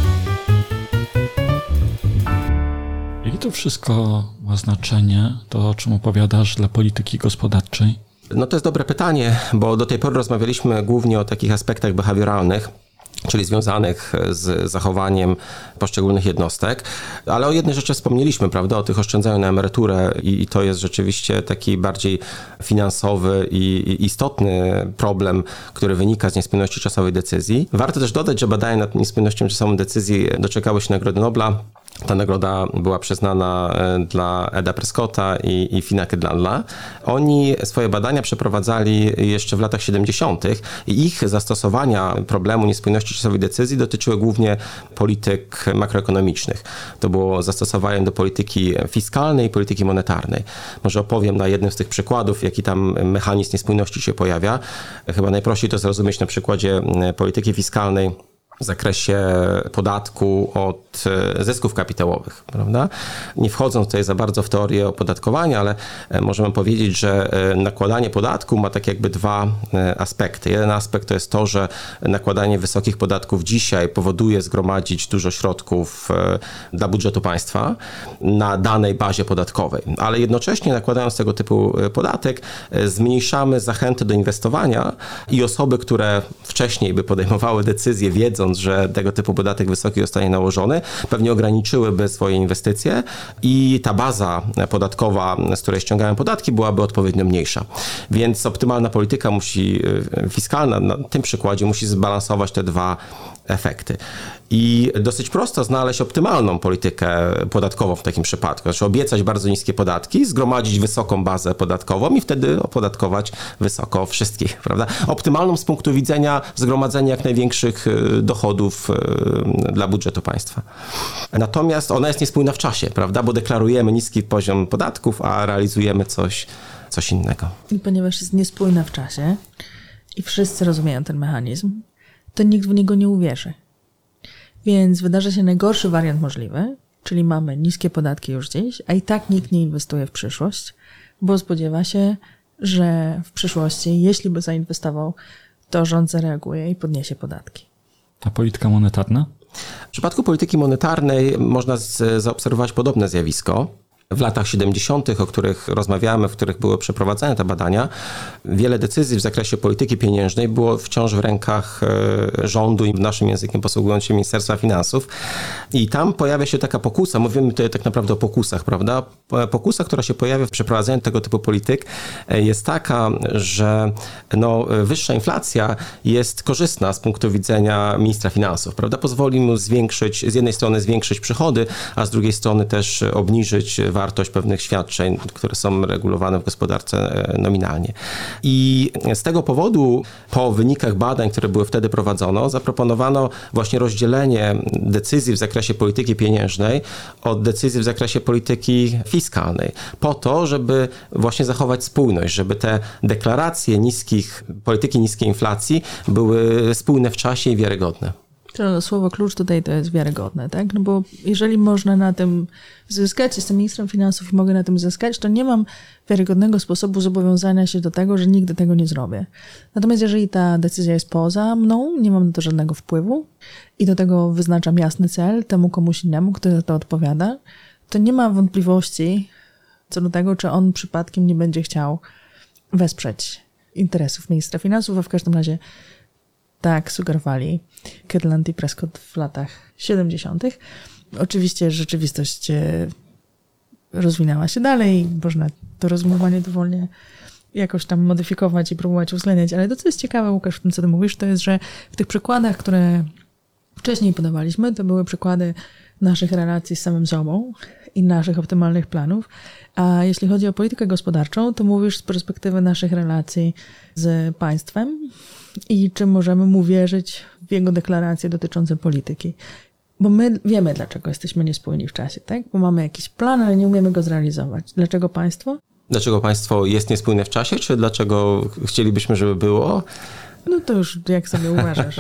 Jakie to wszystko ma znaczenie, to o czym opowiadasz, dla polityki gospodarczej? No to jest dobre pytanie, bo do tej pory rozmawialiśmy głównie o takich aspektach behawioralnych, czyli związanych z zachowaniem poszczególnych jednostek, ale o jednej rzeczy wspomnieliśmy, prawda, o tych oszczędzaniu na emeryturę i to jest rzeczywiście taki bardziej finansowy i istotny problem, który wynika z niespójności czasowej decyzji. Warto też dodać, że badania nad niespójnością czasową decyzji doczekały się Nagrody Nobla. Ta nagroda była przyznana dla Eda Prescotta i Fina Kydlandla. Oni swoje badania przeprowadzali jeszcze w latach 70. i ich zastosowania problemu niespójności czasowej decyzji dotyczyły głównie polityk makroekonomicznych. To było zastosowanie do polityki fiskalnej i polityki monetarnej. Może opowiem na jednym z tych przykładów, jaki tam mechanizm niespójności się pojawia. Chyba najprościej to zrozumieć na przykładzie polityki fiskalnej w zakresie podatku od zysków kapitałowych, prawda? Nie wchodząc tutaj za bardzo w teorię opodatkowania, ale możemy powiedzieć, że nakładanie podatku ma tak jakby dwa aspekty. Jeden aspekt to jest to, że nakładanie wysokich podatków dzisiaj powoduje zgromadzić dużo środków dla budżetu państwa na danej bazie podatkowej, ale jednocześnie nakładając tego typu podatek zmniejszamy zachęty do inwestowania i osoby, które wcześniej by podejmowały decyzje, wiedząc, że tego typu podatek wysoki zostanie nałożony, pewnie ograniczyłyby swoje inwestycje i ta baza podatkowa, z której ściągają podatki, byłaby odpowiednio mniejsza. Więc optymalna polityka fiskalna na tym przykładzie musi zbalansować te dwa efekty. I dosyć prosto znaleźć optymalną politykę podatkową w takim przypadku. Znaczy obiecać bardzo niskie podatki, zgromadzić wysoką bazę podatkową i wtedy opodatkować wysoko wszystkich, prawda? Optymalną z punktu widzenia zgromadzenia jak największych dochodów dla budżetu państwa. Natomiast ona jest niespójna w czasie, prawda? Bo deklarujemy niski poziom podatków, a realizujemy coś innego. I ponieważ jest niespójna w czasie i wszyscy rozumieją ten mechanizm, to nikt w niego nie uwierzy. Więc wydarza się najgorszy wariant możliwy, czyli mamy niskie podatki już dziś, a i tak nikt nie inwestuje w przyszłość, bo spodziewa się, że w przyszłości, jeśli by zainwestował, to rząd zareaguje i podniesie podatki. A polityka monetarna? W przypadku polityki monetarnej można zaobserwować podobne zjawisko. W latach 70., o których rozmawiamy, w których były przeprowadzane te badania, wiele decyzji w zakresie polityki pieniężnej było wciąż w rękach rządu i naszym językiem posługując się Ministerstwa Finansów. I tam pojawia się taka pokusa, mówimy tutaj tak naprawdę o pokusach, prawda? Pokusa, która się pojawia w przeprowadzeniu tego typu polityk jest taka, że wyższa inflacja jest korzystna z punktu widzenia ministra finansów, prawda? Pozwoli mu zwiększyć, z jednej strony zwiększyć przychody, a z drugiej strony też obniżyć wartość pewnych świadczeń, które są regulowane w gospodarce nominalnie. I z tego powodu po wynikach badań, które były wtedy prowadzono, zaproponowano właśnie rozdzielenie decyzji w zakresie polityki pieniężnej od decyzji w zakresie polityki fiskalnej, po to, żeby właśnie zachować spójność, żeby te deklaracje polityki niskiej inflacji były spójne w czasie i wiarygodne. To słowo klucz tutaj to jest wiarygodne, tak? No bo jeżeli można na tym zyskać, jestem ministrem finansów i mogę na tym zyskać, to nie mam wiarygodnego sposobu zobowiązania się do tego, że nigdy tego nie zrobię. Natomiast jeżeli ta decyzja jest poza mną, nie mam na to żadnego wpływu i do tego wyznaczam jasny cel temu komuś innemu, kto za to odpowiada, to nie ma wątpliwości co do tego, czy on przypadkiem nie będzie chciał wesprzeć interesów ministra finansów, a w każdym razie tak sugerowali Kirtland i Prescott w latach 70. Oczywiście rzeczywistość rozwinęła się dalej, można to rozumowanie dowolnie jakoś tam modyfikować i próbować uwzględniać, ale to, co jest ciekawe, Łukasz, w tym, co ty mówisz, to jest, że w tych przykładach, które wcześniej podawaliśmy, to były przykłady naszych relacji z samym sobą i naszych optymalnych planów, a jeśli chodzi o politykę gospodarczą, to mówisz z perspektywy naszych relacji z państwem i czy możemy mu wierzyć w jego deklaracje dotyczące polityki. Bo my wiemy, dlaczego jesteśmy niespójni w czasie, tak? Bo mamy jakiś plan, ale nie umiemy go zrealizować. Dlaczego państwo? Dlaczego państwo jest niespójne w czasie, czy dlaczego chcielibyśmy, żeby było? No to już jak sobie uważasz.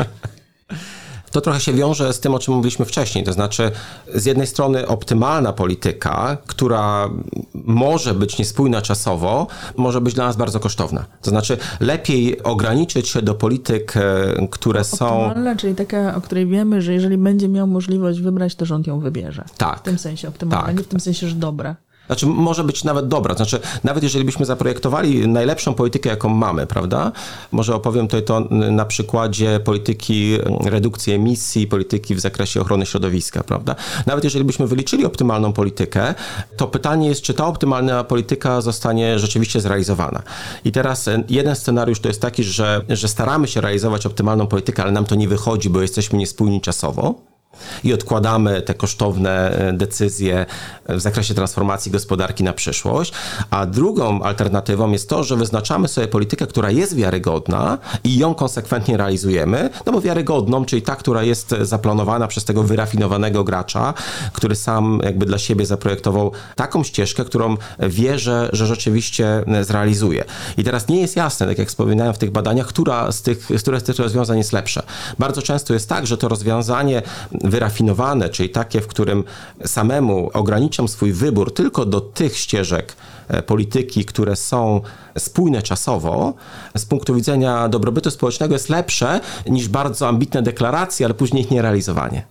To trochę się wiąże z tym, o czym mówiliśmy wcześniej. To znaczy, z jednej strony optymalna polityka, która może być niespójna czasowo, może być dla nas bardzo kosztowna. To znaczy, lepiej ograniczyć się do polityk, które są... Optymalna, czyli taka, o której wiemy, że jeżeli będzie miał możliwość wybrać, to rząd ją wybierze. Tak. W tym sensie optymalna, tak. nie w tym sensie, że dobra. Znaczy, może być nawet dobra. Znaczy, nawet jeżeli byśmy zaprojektowali najlepszą politykę, jaką mamy, prawda? Może opowiem tutaj to na przykładzie polityki redukcji emisji, polityki w zakresie ochrony środowiska, prawda? Nawet jeżeli byśmy wyliczyli optymalną politykę, to pytanie jest, czy ta optymalna polityka zostanie rzeczywiście zrealizowana. I teraz jeden scenariusz to jest taki, że staramy się realizować optymalną politykę, ale nam to nie wychodzi, bo jesteśmy niespójni czasowo. I odkładamy te kosztowne decyzje w zakresie transformacji gospodarki na przyszłość. A drugą alternatywą jest to, że wyznaczamy sobie politykę, która jest wiarygodna i ją konsekwentnie realizujemy, no bo wiarygodną, czyli ta, która jest zaplanowana przez tego wyrafinowanego gracza, który sam jakby dla siebie zaprojektował taką ścieżkę, którą wie, że rzeczywiście zrealizuje. I teraz nie jest jasne, tak jak wspominałem w tych badaniach, które z tych rozwiązań jest lepsze. Bardzo często jest tak, że to rozwiązanie wyrafinowane, czyli takie, w którym samemu ograniczam swój wybór tylko do tych ścieżek polityki, które są spójne czasowo, z punktu widzenia dobrobytu społecznego jest lepsze niż bardzo ambitne deklaracje, ale później ich nierealizowanie.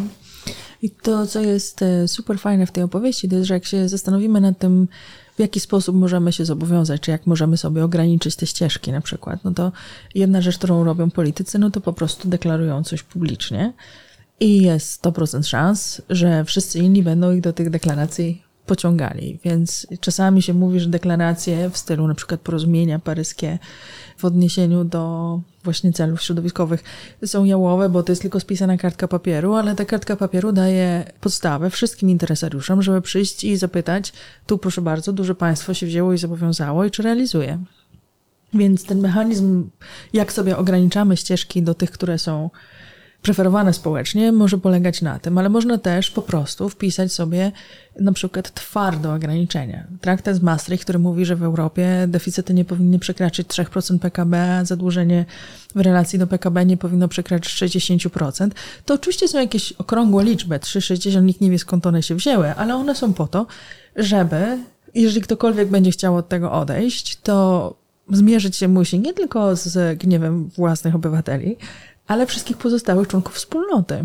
I to, co jest super fajne w tej opowieści, to jest, że jak się zastanowimy nad tym, w jaki sposób możemy się zobowiązać, czy jak możemy sobie ograniczyć te ścieżki na przykład, no to jedna rzecz, którą robią politycy, no to po prostu deklarują coś publicznie. I jest 100% szans, że wszyscy inni będą ich do tych deklaracji pociągali. Więc czasami się mówi, że deklaracje w stylu na przykład porozumienia paryskie w odniesieniu do właśnie celów środowiskowych są jałowe, bo to jest tylko spisana kartka papieru, ale ta kartka papieru daje podstawę wszystkim interesariuszom, żeby przyjść i zapytać, tu proszę bardzo, duże państwo się wzięło i zobowiązało i czy realizuje. Więc ten mechanizm, jak sobie ograniczamy ścieżki do tych, które są preferowane społecznie, może polegać na tym, ale można też po prostu wpisać sobie na przykład twarde ograniczenia. Traktat z Maastricht, który mówi, że w Europie deficyty nie powinny przekraczać 3% PKB, a zadłużenie w relacji do PKB nie powinno przekraczać 60%. To oczywiście są jakieś okrągłe liczby, 3,60, nikt nie wie skąd one się wzięły, ale one są po to, żeby, jeżeli ktokolwiek będzie chciał od tego odejść, to zmierzyć się musi nie tylko z gniewem własnych obywateli, ale wszystkich pozostałych członków wspólnoty.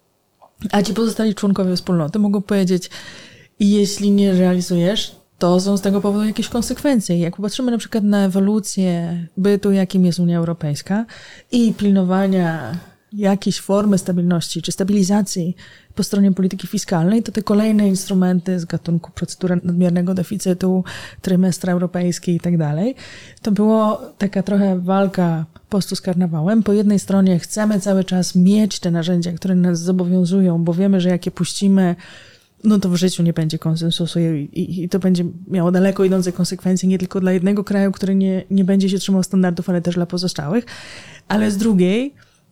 A ci pozostali członkowie wspólnoty mogą powiedzieć, jeśli nie realizujesz, to są z tego powodu jakieś konsekwencje. Jak popatrzymy na przykład na ewolucję bytu, jakim jest Unia Europejska i pilnowania jakiejś formy stabilności czy stabilizacji po stronie polityki fiskalnej, to te kolejne instrumenty z gatunku procedura nadmiernego deficytu, trymestr europejski i tak dalej, to było taka trochę walka postu z karnawałem. Po jednej stronie chcemy cały czas mieć te narzędzia, które nas zobowiązują, bo wiemy, że jak je puścimy, no to w życiu nie będzie konsensusu i to będzie miało daleko idące konsekwencje nie tylko dla jednego kraju, który nie będzie się trzymał standardów, ale też dla pozostałych. Ale z drugiej,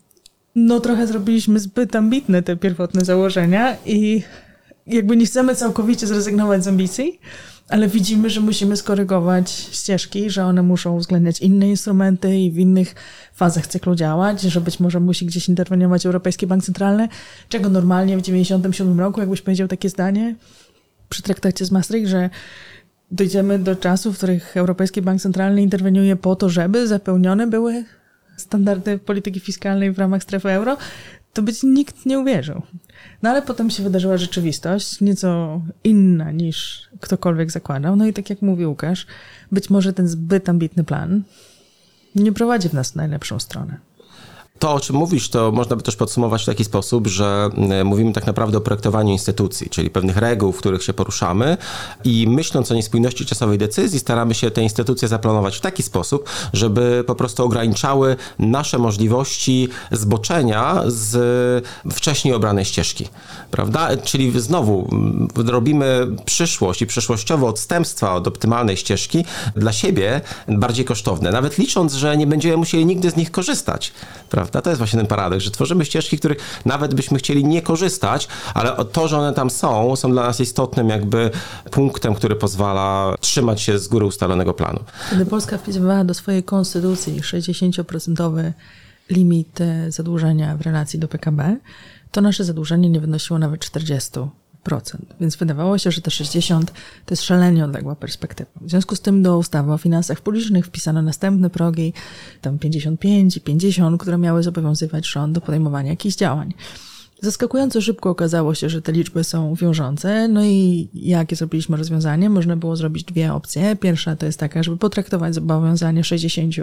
no trochę zrobiliśmy zbyt ambitne te pierwotne założenia i jakby nie chcemy całkowicie zrezygnować z ambicji, ale widzimy, że musimy skorygować ścieżki, że one muszą uwzględniać inne instrumenty i w innych fazach cyklu działać, że być może musi gdzieś interweniować Europejski Bank Centralny, czego normalnie w 1997 roku, jakbyś powiedział takie zdanie przy traktacie z Maastricht, że dojdziemy do czasów, w których Europejski Bank Centralny interweniuje po to, żeby zapełnione były standardy polityki fiskalnej w ramach strefy euro, to być nikt nie uwierzył. No ale potem się wydarzyła rzeczywistość, nieco inna niż ktokolwiek zakładał. No i tak jak mówi Łukasz, być może ten zbyt ambitny plan nie prowadzi w nas w najlepszą stronę. To, o czym mówisz, to można by też podsumować w taki sposób, że mówimy tak naprawdę o projektowaniu instytucji, czyli pewnych reguł, w których się poruszamy i myśląc o niespójności czasowej decyzji, staramy się te instytucje zaplanować w taki sposób, żeby po prostu ograniczały nasze możliwości zboczenia z wcześniej obranej ścieżki, prawda? Czyli znowu robimy przyszłość i przyszłościowe odstępstwa od optymalnej ścieżki dla siebie bardziej kosztowne, nawet licząc, że nie będziemy musieli nigdy z nich korzystać, prawda? To jest właśnie ten paradoks, że tworzymy ścieżki, których nawet byśmy chcieli nie korzystać, ale to, że one tam są dla nas istotnym jakby punktem, który pozwala trzymać się z góry ustalonego planu. Kiedy Polska wpisywała do swojej konstytucji 60% limit zadłużenia w relacji do PKB, to nasze zadłużenie nie wynosiło nawet 40%. Więc wydawało się, że te 60 to jest szalenie odległa perspektywa. W związku z tym do ustawy o finansach publicznych wpisano następne progi, tam 55 i 50, które miały zobowiązywać rząd do podejmowania jakichś działań. Zaskakująco szybko okazało się, że te liczby są wiążące. No i jakie zrobiliśmy rozwiązanie? Można było zrobić dwie opcje. Pierwsza to jest taka, żeby potraktować zobowiązanie 60,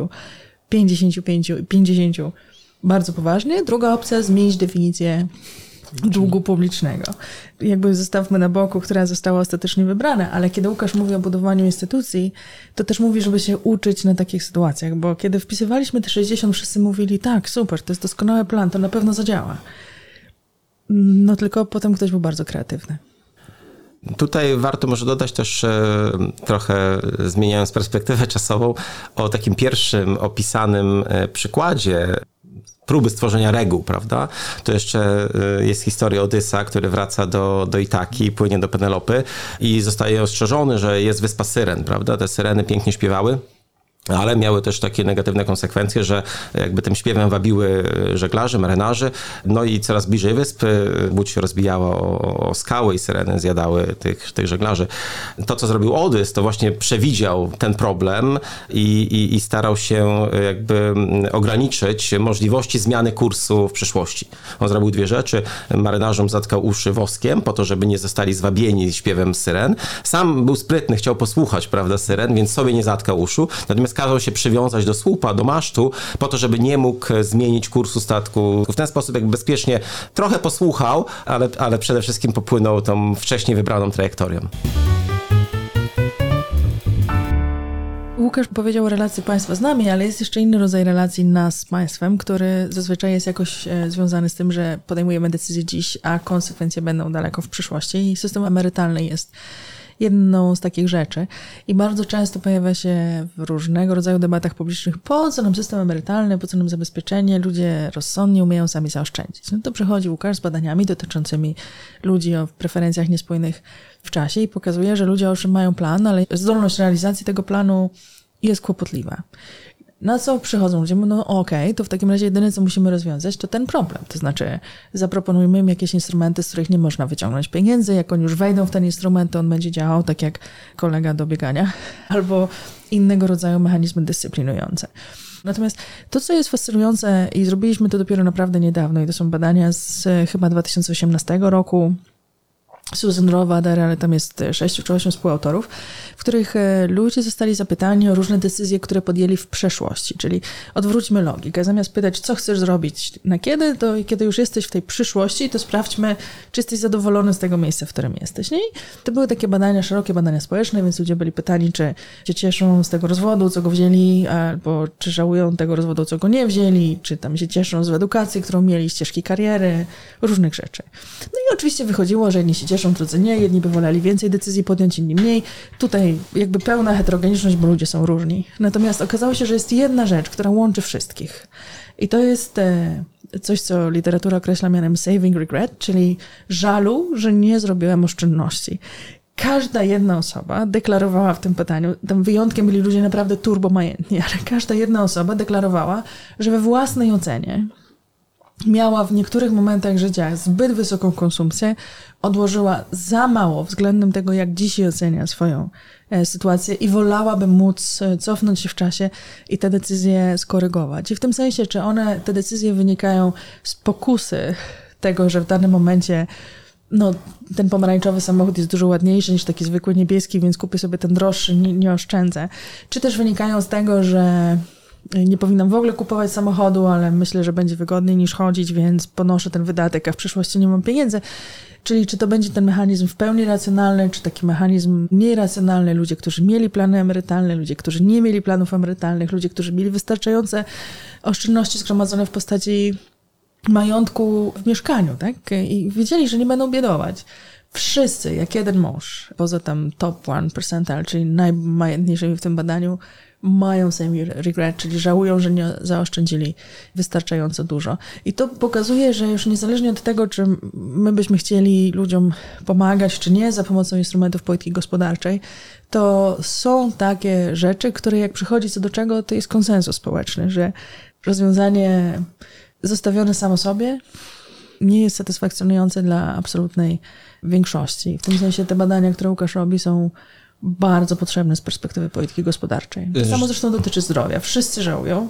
55 i 50 bardzo poważnie. Druga opcja, zmienić definicję długu publicznego. Jakby zostawmy na boku, która została ostatecznie wybrana, ale kiedy Łukasz mówi o budowaniu instytucji, to też mówi, żeby się uczyć na takich sytuacjach, bo kiedy wpisywaliśmy te 60, wszyscy mówili, tak, super, to jest doskonały plan, to na pewno zadziała. No tylko potem ktoś był bardzo kreatywny. Tutaj warto może dodać też trochę, zmieniając perspektywę czasową, o takim pierwszym opisanym przykładzie próby stworzenia reguł, prawda? To jeszcze jest historia Odysa, który wraca do Itaki i płynie do Penelopy i zostaje ostrzeżony, że jest wyspa Syren, prawda? Te syreny pięknie śpiewały, ale miały też takie negatywne konsekwencje, że jakby tym śpiewem wabiły żeglarzy, marynarzy, no i coraz bliżej wyspy łódź się rozbijała o skały i syreny zjadały tych żeglarzy. To, co zrobił Odys, to właśnie przewidział ten problem i starał się jakby ograniczyć możliwości zmiany kursu w przyszłości. On zrobił dwie rzeczy. Marynarzom zatkał uszy woskiem po to, żeby nie zostali zwabieni śpiewem syren. Sam był sprytny, chciał posłuchać, prawda, syren, więc sobie nie zatkał uszu. Natomiast kazał się przywiązać do słupa, do masztu, po to, żeby nie mógł zmienić kursu statku. W ten sposób jakby bezpiecznie trochę posłuchał, ale przede wszystkim popłynął tą wcześniej wybraną trajektorią. Łukasz powiedział o relacji państwa z nami, ale jest jeszcze inny rodzaj relacji nas z państwem, który zazwyczaj jest jakoś związany z tym, że podejmujemy decyzje dziś, a konsekwencje będą daleko w przyszłości i system emerytalny jest jedną z takich rzeczy. I bardzo często pojawia się w różnego rodzaju debatach publicznych, po co nam system emerytalny, po co nam zabezpieczenie, ludzie rozsądnie umieją sami zaoszczędzić. No to przychodzi Łukasz z badaniami dotyczącymi ludzi o preferencjach niespójnych w czasie i pokazuje, że ludzie owszem mają plan, ale zdolność realizacji tego planu jest kłopotliwa. Na co przychodzą ludzie? No okej, to w takim razie jedyne, co musimy rozwiązać, to ten problem. To znaczy zaproponujmy im jakieś instrumenty, z których nie można wyciągnąć pieniędzy. Jak oni już wejdą w ten instrument, to on będzie działał tak jak kolega do biegania albo innego rodzaju mechanizmy dyscyplinujące. Natomiast to, co jest fascynujące i zrobiliśmy to dopiero naprawdę niedawno i to są badania z chyba 2018 roku, Susan Rowader, ale tam jest 6 czy 8 współautorów, w których ludzie zostali zapytani o różne decyzje, które podjęli w przeszłości. Czyli odwróćmy logikę. Zamiast pytać, co chcesz zrobić na kiedy, to kiedy już jesteś w tej przyszłości, to sprawdźmy, czy jesteś zadowolony z tego miejsca, w którym jesteś. Nie? I to były takie badania, szerokie badania społeczne, więc ludzie byli pytani, czy się cieszą z tego rozwodu, co go wzięli, albo czy żałują tego rozwodu, co go nie wzięli, czy tam się cieszą z edukacji, którą mieli, ścieżki kariery, różnych rzeczy. No i oczywiście wychodziło, że jedni się cieszą, drudzy nie, jedni by woleli więcej decyzji podjąć, inni mniej. Tutaj jakby pełna heterogeniczność, bo ludzie są różni. Natomiast okazało się, że jest jedna rzecz, która łączy wszystkich. I to jest coś, co literatura określa mianem saving regret, czyli żalu, że nie zrobiłem oszczędności. Każda jedna osoba deklarowała w tym pytaniu, tym wyjątkiem byli ludzie naprawdę turbomajętni, ale każda jedna osoba deklarowała, że we własnej ocenie miała w niektórych momentach życia zbyt wysoką konsumpcję, odłożyła za mało względem tego, jak dzisiaj ocenia swoją sytuację i wolałaby móc cofnąć się w czasie i te decyzje skorygować. I w tym sensie, czy te decyzje wynikają z pokusy tego, że w danym momencie ten pomarańczowy samochód jest dużo ładniejszy niż taki zwykły niebieski, więc kupię sobie ten droższy, nie oszczędzę. Czy też wynikają z tego, że nie powinnam w ogóle kupować samochodu, ale myślę, że będzie wygodniej niż chodzić, więc ponoszę ten wydatek, a w przyszłości nie mam pieniędzy. Czyli czy to będzie ten mechanizm w pełni racjonalny, czy taki mechanizm mniej racjonalny, ludzie, którzy mieli plany emerytalne, ludzie, którzy nie mieli planów emerytalnych, ludzie, którzy mieli wystarczające oszczędności zgromadzone w postaci majątku w mieszkaniu, tak? I wiedzieli, że nie będą biedować. Wszyscy, jak jeden mąż, poza tam top 1%, czyli najmajętniejszymi w tym badaniu, mają same regret, czyli żałują, że nie zaoszczędzili wystarczająco dużo. I to pokazuje, że już niezależnie od tego, czy my byśmy chcieli ludziom pomagać, czy nie, za pomocą instrumentów polityki gospodarczej, to są takie rzeczy, które jak przychodzi co do czego, to jest konsensus społeczny, że rozwiązanie zostawione samo sobie nie jest satysfakcjonujące dla absolutnej większości. W tym sensie te badania, które Łukasz robi, są bardzo potrzebne z perspektywy polityki gospodarczej. To samo zresztą dotyczy zdrowia. Wszyscy żałują,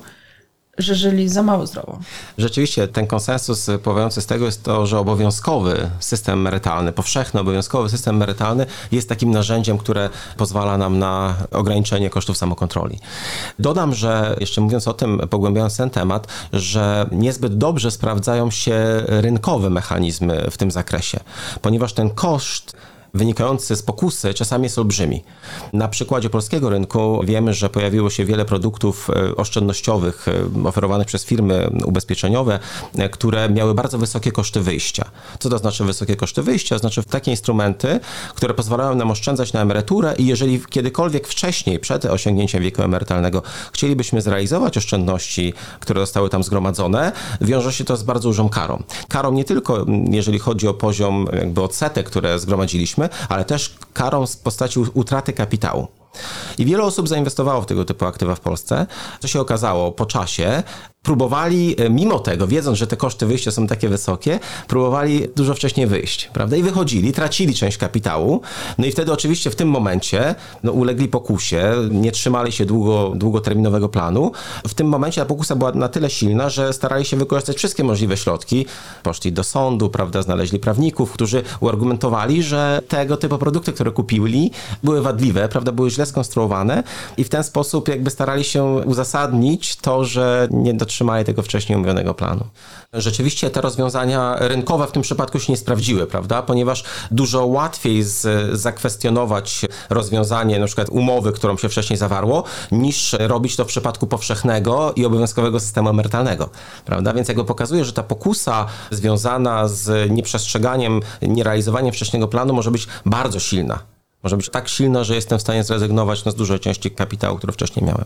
że żyli za mało zdrowo. Rzeczywiście ten konsensus pływający z tego jest to, że obowiązkowy system emerytalny, powszechny obowiązkowy system emerytalny jest takim narzędziem, które pozwala nam na ograniczenie kosztów samokontroli. Dodam, że jeszcze mówiąc o tym, pogłębiając ten temat, że niezbyt dobrze sprawdzają się rynkowe mechanizmy w tym zakresie, ponieważ ten koszt wynikający z pokusy czasami jest olbrzymi. Na przykładzie polskiego rynku wiemy, że pojawiło się wiele produktów oszczędnościowych oferowanych przez firmy ubezpieczeniowe, które miały bardzo wysokie koszty wyjścia. Co to znaczy wysokie koszty wyjścia? Znaczy takie instrumenty, które pozwalają nam oszczędzać na emeryturę i jeżeli kiedykolwiek wcześniej, przed osiągnięciem wieku emerytalnego, chcielibyśmy zrealizować oszczędności, które zostały tam zgromadzone, wiąże się to z bardzo dużą karą. Karą nie tylko jeżeli chodzi o poziom odsetek, które zgromadziliśmy, ale też karą w postaci utraty kapitału. I wiele osób zainwestowało w tego typu aktywa w Polsce. Co się okazało po czasie, próbowali, mimo tego, wiedząc, że te koszty wyjścia są takie wysokie, próbowali dużo wcześniej wyjść, prawda? I wychodzili, tracili część kapitału. No i wtedy oczywiście w tym momencie ulegli pokusie, nie trzymali się długoterminowego planu. W tym momencie ta pokusa była na tyle silna, że starali się wykorzystać wszystkie możliwe środki. Poszli do sądu, prawda? Znaleźli prawników, którzy uargumentowali, że tego typu produkty, które kupili, były wadliwe, prawda? Były źle skonstruowane i w ten sposób starali się uzasadnić to, że nie dotrzymali tego wcześniej omówionego planu. Rzeczywiście te rozwiązania rynkowe w tym przypadku się nie sprawdziły, prawda? Ponieważ dużo łatwiej zakwestionować rozwiązanie, na przykład umowy, którą się wcześniej zawarło, niż robić to w przypadku powszechnego i obowiązkowego systemu emerytalnego, prawda? Więc pokazuje, że ta pokusa związana z nieprzestrzeganiem, nierealizowaniem wcześniejszego planu może być bardzo silna. Może być tak silna, że jestem w stanie zrezygnować z dużej części kapitału, który wcześniej miałem.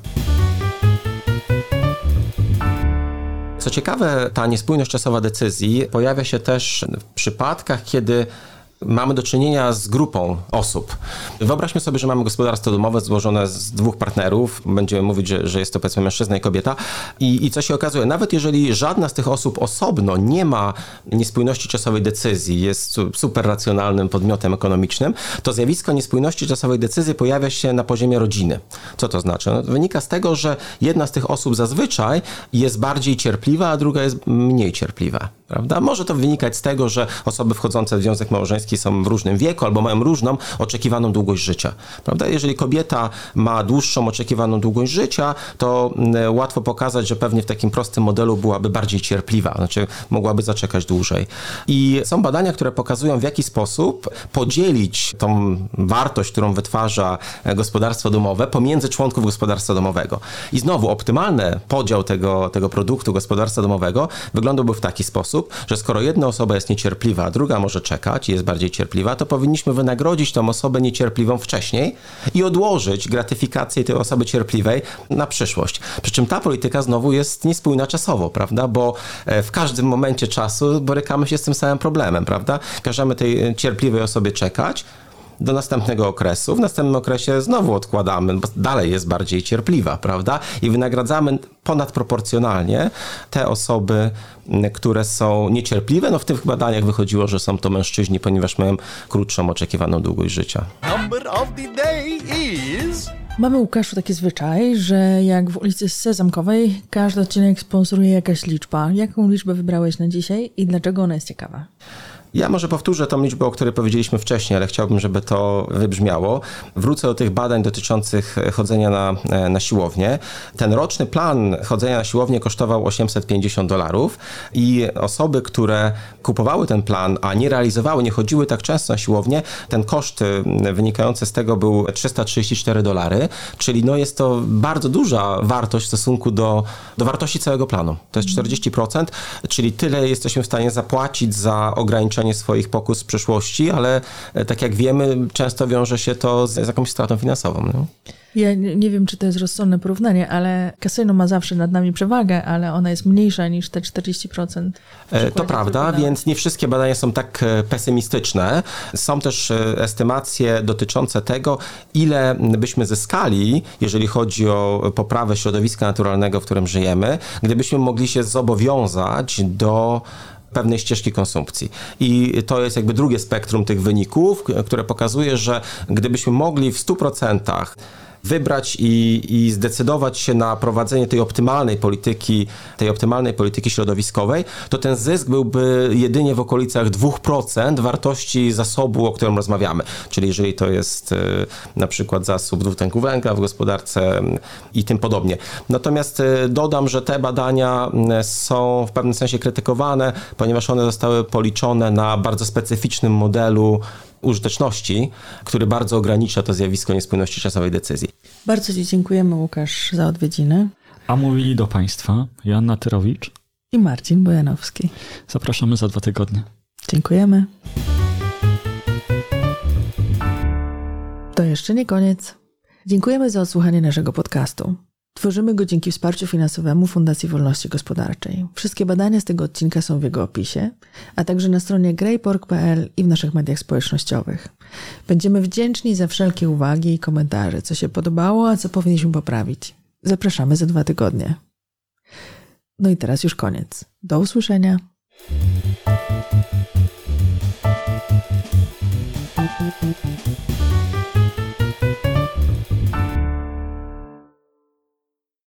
Co ciekawe, ta niespójność czasowa decyzji pojawia się też w przypadkach, kiedy mamy do czynienia z grupą osób. Wyobraźmy sobie, że mamy gospodarstwo domowe złożone z dwóch partnerów. Będziemy mówić, że jest to powiedzmy mężczyzna i kobieta. I co się okazuje? Nawet jeżeli żadna z tych osób osobno nie ma niespójności czasowej decyzji, jest super racjonalnym podmiotem ekonomicznym, to zjawisko niespójności czasowej decyzji pojawia się na poziomie rodziny. Co to znaczy? Wynika z tego, że jedna z tych osób zazwyczaj jest bardziej cierpliwa, a druga jest mniej cierpliwa. Prawda? Może to wynikać z tego, że osoby wchodzące w związek małżeński są w różnym wieku albo mają różną oczekiwaną długość życia. Prawda? Jeżeli kobieta ma dłuższą oczekiwaną długość życia, to łatwo pokazać, że pewnie w takim prostym modelu byłaby bardziej cierpliwa, znaczy mogłaby zaczekać dłużej. I są badania, które pokazują, w jaki sposób podzielić tą wartość, którą wytwarza gospodarstwo domowe pomiędzy członków gospodarstwa domowego. I znowu optymalny podział tego produktu gospodarstwa domowego wyglądałby w taki sposób, że skoro jedna osoba jest niecierpliwa, a druga może czekać i jest bardziej cierpliwa, to powinniśmy wynagrodzić tą osobę niecierpliwą wcześniej i odłożyć gratyfikację tej osoby cierpliwej na przyszłość. Przy czym ta polityka znowu jest niespójna czasowo, prawda? Bo w każdym momencie czasu borykamy się z tym samym problemem, prawda? Każemy tej cierpliwej osobie czekać, do następnego okresu. W następnym okresie znowu odkładamy, bo dalej jest bardziej cierpliwa, prawda? I wynagradzamy ponadproporcjonalnie te osoby, które są niecierpliwe. No w tych badaniach wychodziło, że są to mężczyźni, ponieważ mają krótszą oczekiwaną długość życia. Number of the day is... Mamy, Łukaszu, taki zwyczaj, że jak w ulicy Sezamkowej każdy odcinek sponsoruje jakaś liczba. Jaką liczbę wybrałeś na dzisiaj i dlaczego ona jest ciekawa? Ja może powtórzę tą liczbę, o której powiedzieliśmy wcześniej, ale chciałbym, żeby to wybrzmiało. Wrócę do tych badań dotyczących chodzenia na siłownię. Ten roczny plan chodzenia na siłownię kosztował $850 i osoby, które kupowały ten plan, a nie realizowały, nie chodziły tak często na siłownię, ten koszt wynikający z tego był $334, czyli no jest to bardzo duża wartość w stosunku do wartości całego planu. To jest 40%, czyli tyle jesteśmy w stanie zapłacić za ograniczenie swoich pokus w przyszłości, ale tak jak wiemy, często wiąże się to z jakąś stratą finansową. No? Ja nie wiem, czy to jest rozsądne porównanie, ale kasyno ma zawsze nad nami przewagę, ale ona jest mniejsza niż te 40%. To prawda, więc nie wszystkie badania są tak pesymistyczne. Są też estymacje dotyczące tego, ile byśmy zyskali, jeżeli chodzi o poprawę środowiska naturalnego, w którym żyjemy, gdybyśmy mogli się zobowiązać do pewnej ścieżki konsumpcji. I to jest jakby drugie spektrum tych wyników, które pokazuje, że gdybyśmy mogli w 100% wybrać i zdecydować się na prowadzenie tej optymalnej polityki środowiskowej, to ten zysk byłby jedynie w okolicach 2% wartości zasobu, o którym rozmawiamy. Czyli jeżeli to jest na przykład zasób dwutlenku węgla w gospodarce i tym podobnie. Natomiast dodam, że te badania są w pewnym sensie krytykowane, ponieważ one zostały policzone na bardzo specyficznym modelu użyteczności, który bardzo ogranicza to zjawisko niespójności czasowej decyzji. Bardzo Ci dziękujemy, Łukasz, za odwiedziny. A mówili do Państwa Joanna Tyrowicz I Marcin Bojanowski. Zapraszamy za 2 tygodnie. Dziękujemy. To jeszcze nie koniec. Dziękujemy za odsłuchanie naszego podcastu. Tworzymy go dzięki wsparciu finansowemu Fundacji Wolności Gospodarczej. Wszystkie badania z tego odcinka są w jego opisie, a także na stronie greypork.pl i w naszych mediach społecznościowych. Będziemy wdzięczni za wszelkie uwagi i komentarze, co się podobało, a co powinniśmy poprawić. Zapraszamy za 2 tygodnie. No i teraz już koniec. Do usłyszenia.